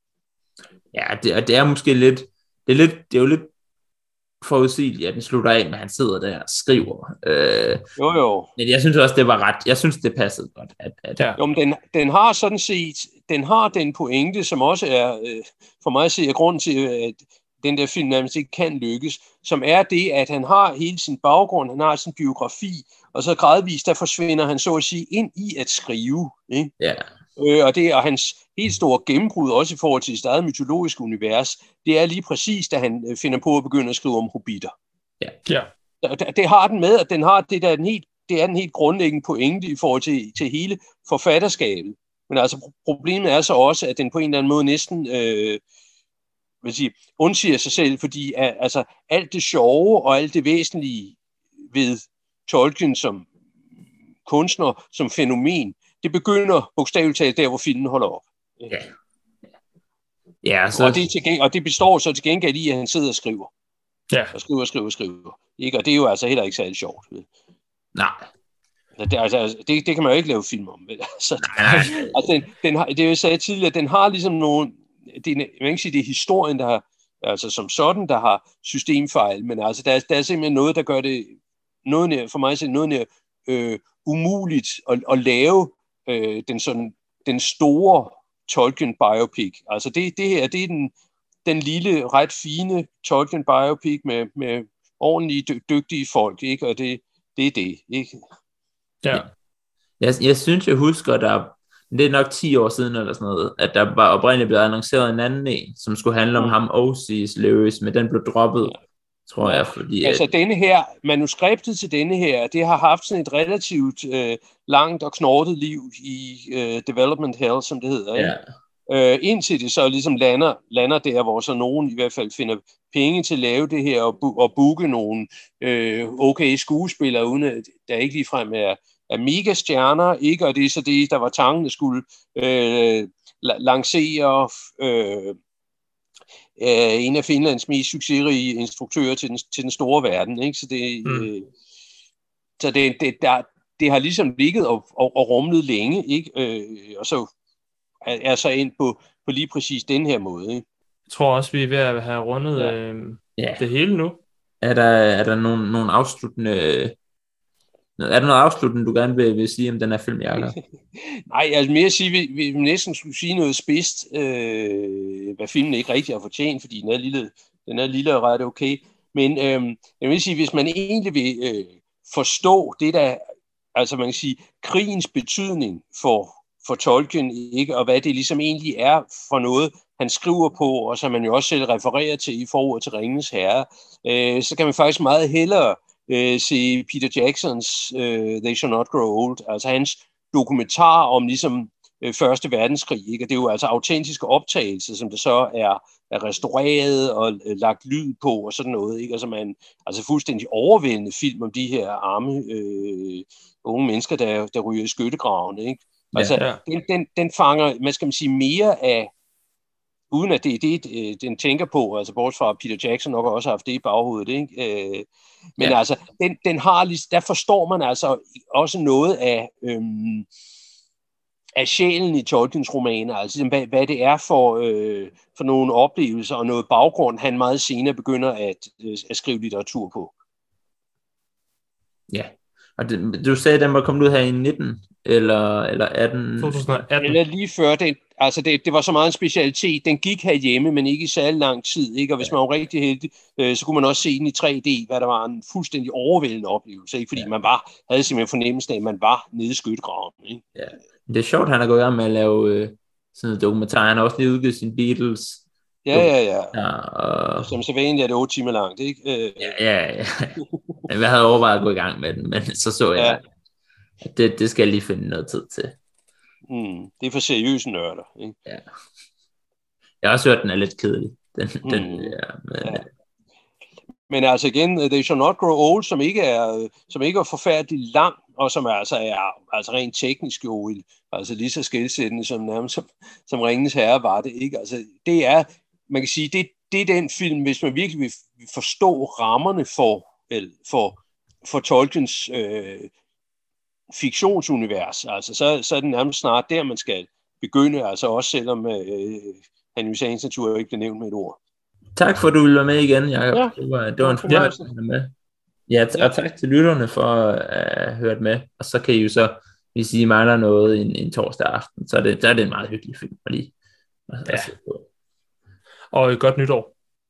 Ja, det, det er måske lidt... Det er, lidt, det er jo lidt forudsigeligt, at den slutter af, når han sidder der og skriver. Øh, jo, jo. Men jeg synes også, det var ret. Jeg synes, det passede godt. At, at, ja. Jo, men den, den har sådan set, den har den pointe, som også er, øh, for mig at se, er grunden til, at den der film nærmest ikke kan lykkes, som er det, at han har hele sin baggrund, han har sin biografi, og så gradvist, der forsvinder han så at sige ind i at skrive. Ikke? Ja. Øh, og det er hans helt store gennembrud, også i forhold til sit eget mytologiske univers, det er lige præcis, da han finder på at begynde at skrive om hobitter. Ja. Ja. Det, det har den med, at den har det der den helt, det er den helt grundlæggende pointe i forhold til, til hele forfatterskabet. Men altså problemet er så også, at den på en eller anden måde næsten øh, vil sige, undsiger sig selv, fordi at, altså, alt det sjove og alt det væsentlige ved Tolkien som kunstner, som fænomen, det begynder bogstaveligt talt der, hvor filmen holder op. Ja. Ja, så... og, det til gengæld, og det består så til gengæld i, at han sidder og skriver. Ja. Og skriver og skriver og skriver. Ikke? Og det er jo altså heller ikke særlig sjovt. Ved. Nej. Det, altså, det, det kan man jo ikke lave film om. Altså, nej, nej. Altså, den, den har, det jeg sagde tidligere, den har ligesom nogle... Det, man kan ikke sige, det er historien, der har, altså som sådan, der har systemfejl, men altså, der, er, der er simpelthen noget, der gør det noget nær, for mig er noget nær, øh, umuligt at, at lave øh, den, sådan, den store Tolkien biopic. Altså det, det her, det er den, den lille, ret fine Tolkien biopic med, med ordentlige, dy- dygtige folk, ikke? Og det, det er det, ikke? Ja. Jeg, jeg synes, jeg husker, der det er nok ti år siden eller sådan noget, at der var oprindeligt blevet annonceret en anden en, som skulle handle om mm. ham og C S. Lewis, men den blev droppet, ja. tror jeg, fordi... Altså denne her, manuskriptet til denne her, det har haft sådan et relativt øh, langt og knortet liv i øh, development hell, som det hedder, ikke? Ja. Øh, indtil det så ligesom lander, lander der, hvor så nogen i hvert fald finder penge til at lave det her, og, bu- og booke nogle øh, okay skuespillere, uden at der ikke ligefrem er af mega stjerner, ikke? Og det er så det, der var tanken, at skulle øh, lancere øh, øh, en af Finlands mest succesrige instruktører til den, til den store verden, ikke? Så det, mm. øh, så det, det, der, det har ligesom ligget og, og, og rumlet længe, ikke? Øh, og så er, er så ind på, på lige præcis den her måde. Ikke? Jeg tror også, vi er ved at have rundet ja. øh, Ja. det hele nu. Er der, er der nogle, nogle afsluttende... Er der noget afsluttende, du gerne vil, vil sige om den her film, Jakob? Nej, altså mere at sige, vi, vi næsten skulle sige noget spidst, øh, hvad filmen ikke rigtig har fortjent, fordi den er lille, den er lille og ret okay. Men øh, jeg vil sige, hvis man egentlig vil øh, forstå det der, altså man kan sige, krigens betydning for, for Tolkien, ikke, og hvad det ligesom egentlig er for noget, han skriver på, og som man jo også selv refererer til i forhold til Ringenes Herre, øh, så kan man faktisk meget hellere øh, se Peter Jacksons øh, They Shall Not Grow Old, altså hans dokumentar om ligesom øh, Første Verdenskrig, ikke? Og det er jo altså autentiske optagelser, som det så er, er restaureret og øh, lagt lyd på og sådan noget, ikke? Altså man, altså fuldstændig overvældende film om de her arme øh, unge mennesker, der, der ryger i skyttegraven, ikke? Altså ja, ja. Den, den, den fanger, man skal man sige, mere af, uden at det er det, den tænker på, altså bort fra Peter Jackson nok også har haft det i baghovedet, ikke? Men ja. altså, den, den har, der forstår man altså også noget af, øhm, af sjælen i Tolkiens romaner, altså hvad, hvad det er for, øh, for nogle oplevelser og noget baggrund, han meget senere begynder at, øh, at skrive litteratur på. Ja, og det, du sagde, at den var kommet ud her i nitten, eller, eller atten? to tusind atten. Eller lige før, den, altså det, det var så meget en specialitet, den gik herhjemme, men ikke i særlig lang tid, ikke? Og hvis ja. man var rigtig heldig, øh, så kunne man også se den i tre D, hvad der var en fuldstændig overvældende oplevelse, ikke? Fordi ja. man var, havde simpelthen fornemmelsen af, at man var nede i skyttegraven, ikke? Ja. Det er sjovt, han er gået i gang med at lave øh, sådan noget dokumentar. Han har også lige udgivet sin Beatles. Ja, ja, ja. ja og... Som så vanligt er det otte timer langt, ikke? Øh... Ja, ja, ja. Jeg havde overvejet at gå i gang med den, men så så jeg, ja. at det, det skal jeg lige finde noget tid til. Mm, det er for seriøse nørder, ikke? Ja. Jeg har også hørt, den er lidt kedelig. Den, mm. den, ja, men... ja. Men altså igen, They Shall Not Grow Old, som ikke er, som ikke er forfærdeligt lang, og som altså er altså rent teknisk jo altså lige så skelsættende som nærmest som, som Ringenes Herre var det, ikke? Altså det er, man kan sige, det, det er den film, hvis man virkelig vil forstå rammerne for, vel, for, for Tolkiens øh, fiktionsunivers, altså så, så er det nærmest snart der, man skal begynde, altså også selvom øh, han i sagens natur ikke blev nævnt med et ord. Tak for, at du ville være med igen, Jacob. Ja. Det var, det var en fornøjelse at være med. Ja, t- ja, og tak til lytterne for at have hørt med. Og så kan I jo så, hvis I mangler noget en, en torsdag aften, så er, det, så er det en meget hyggelig film. Lige. Ja. Og et godt nytår.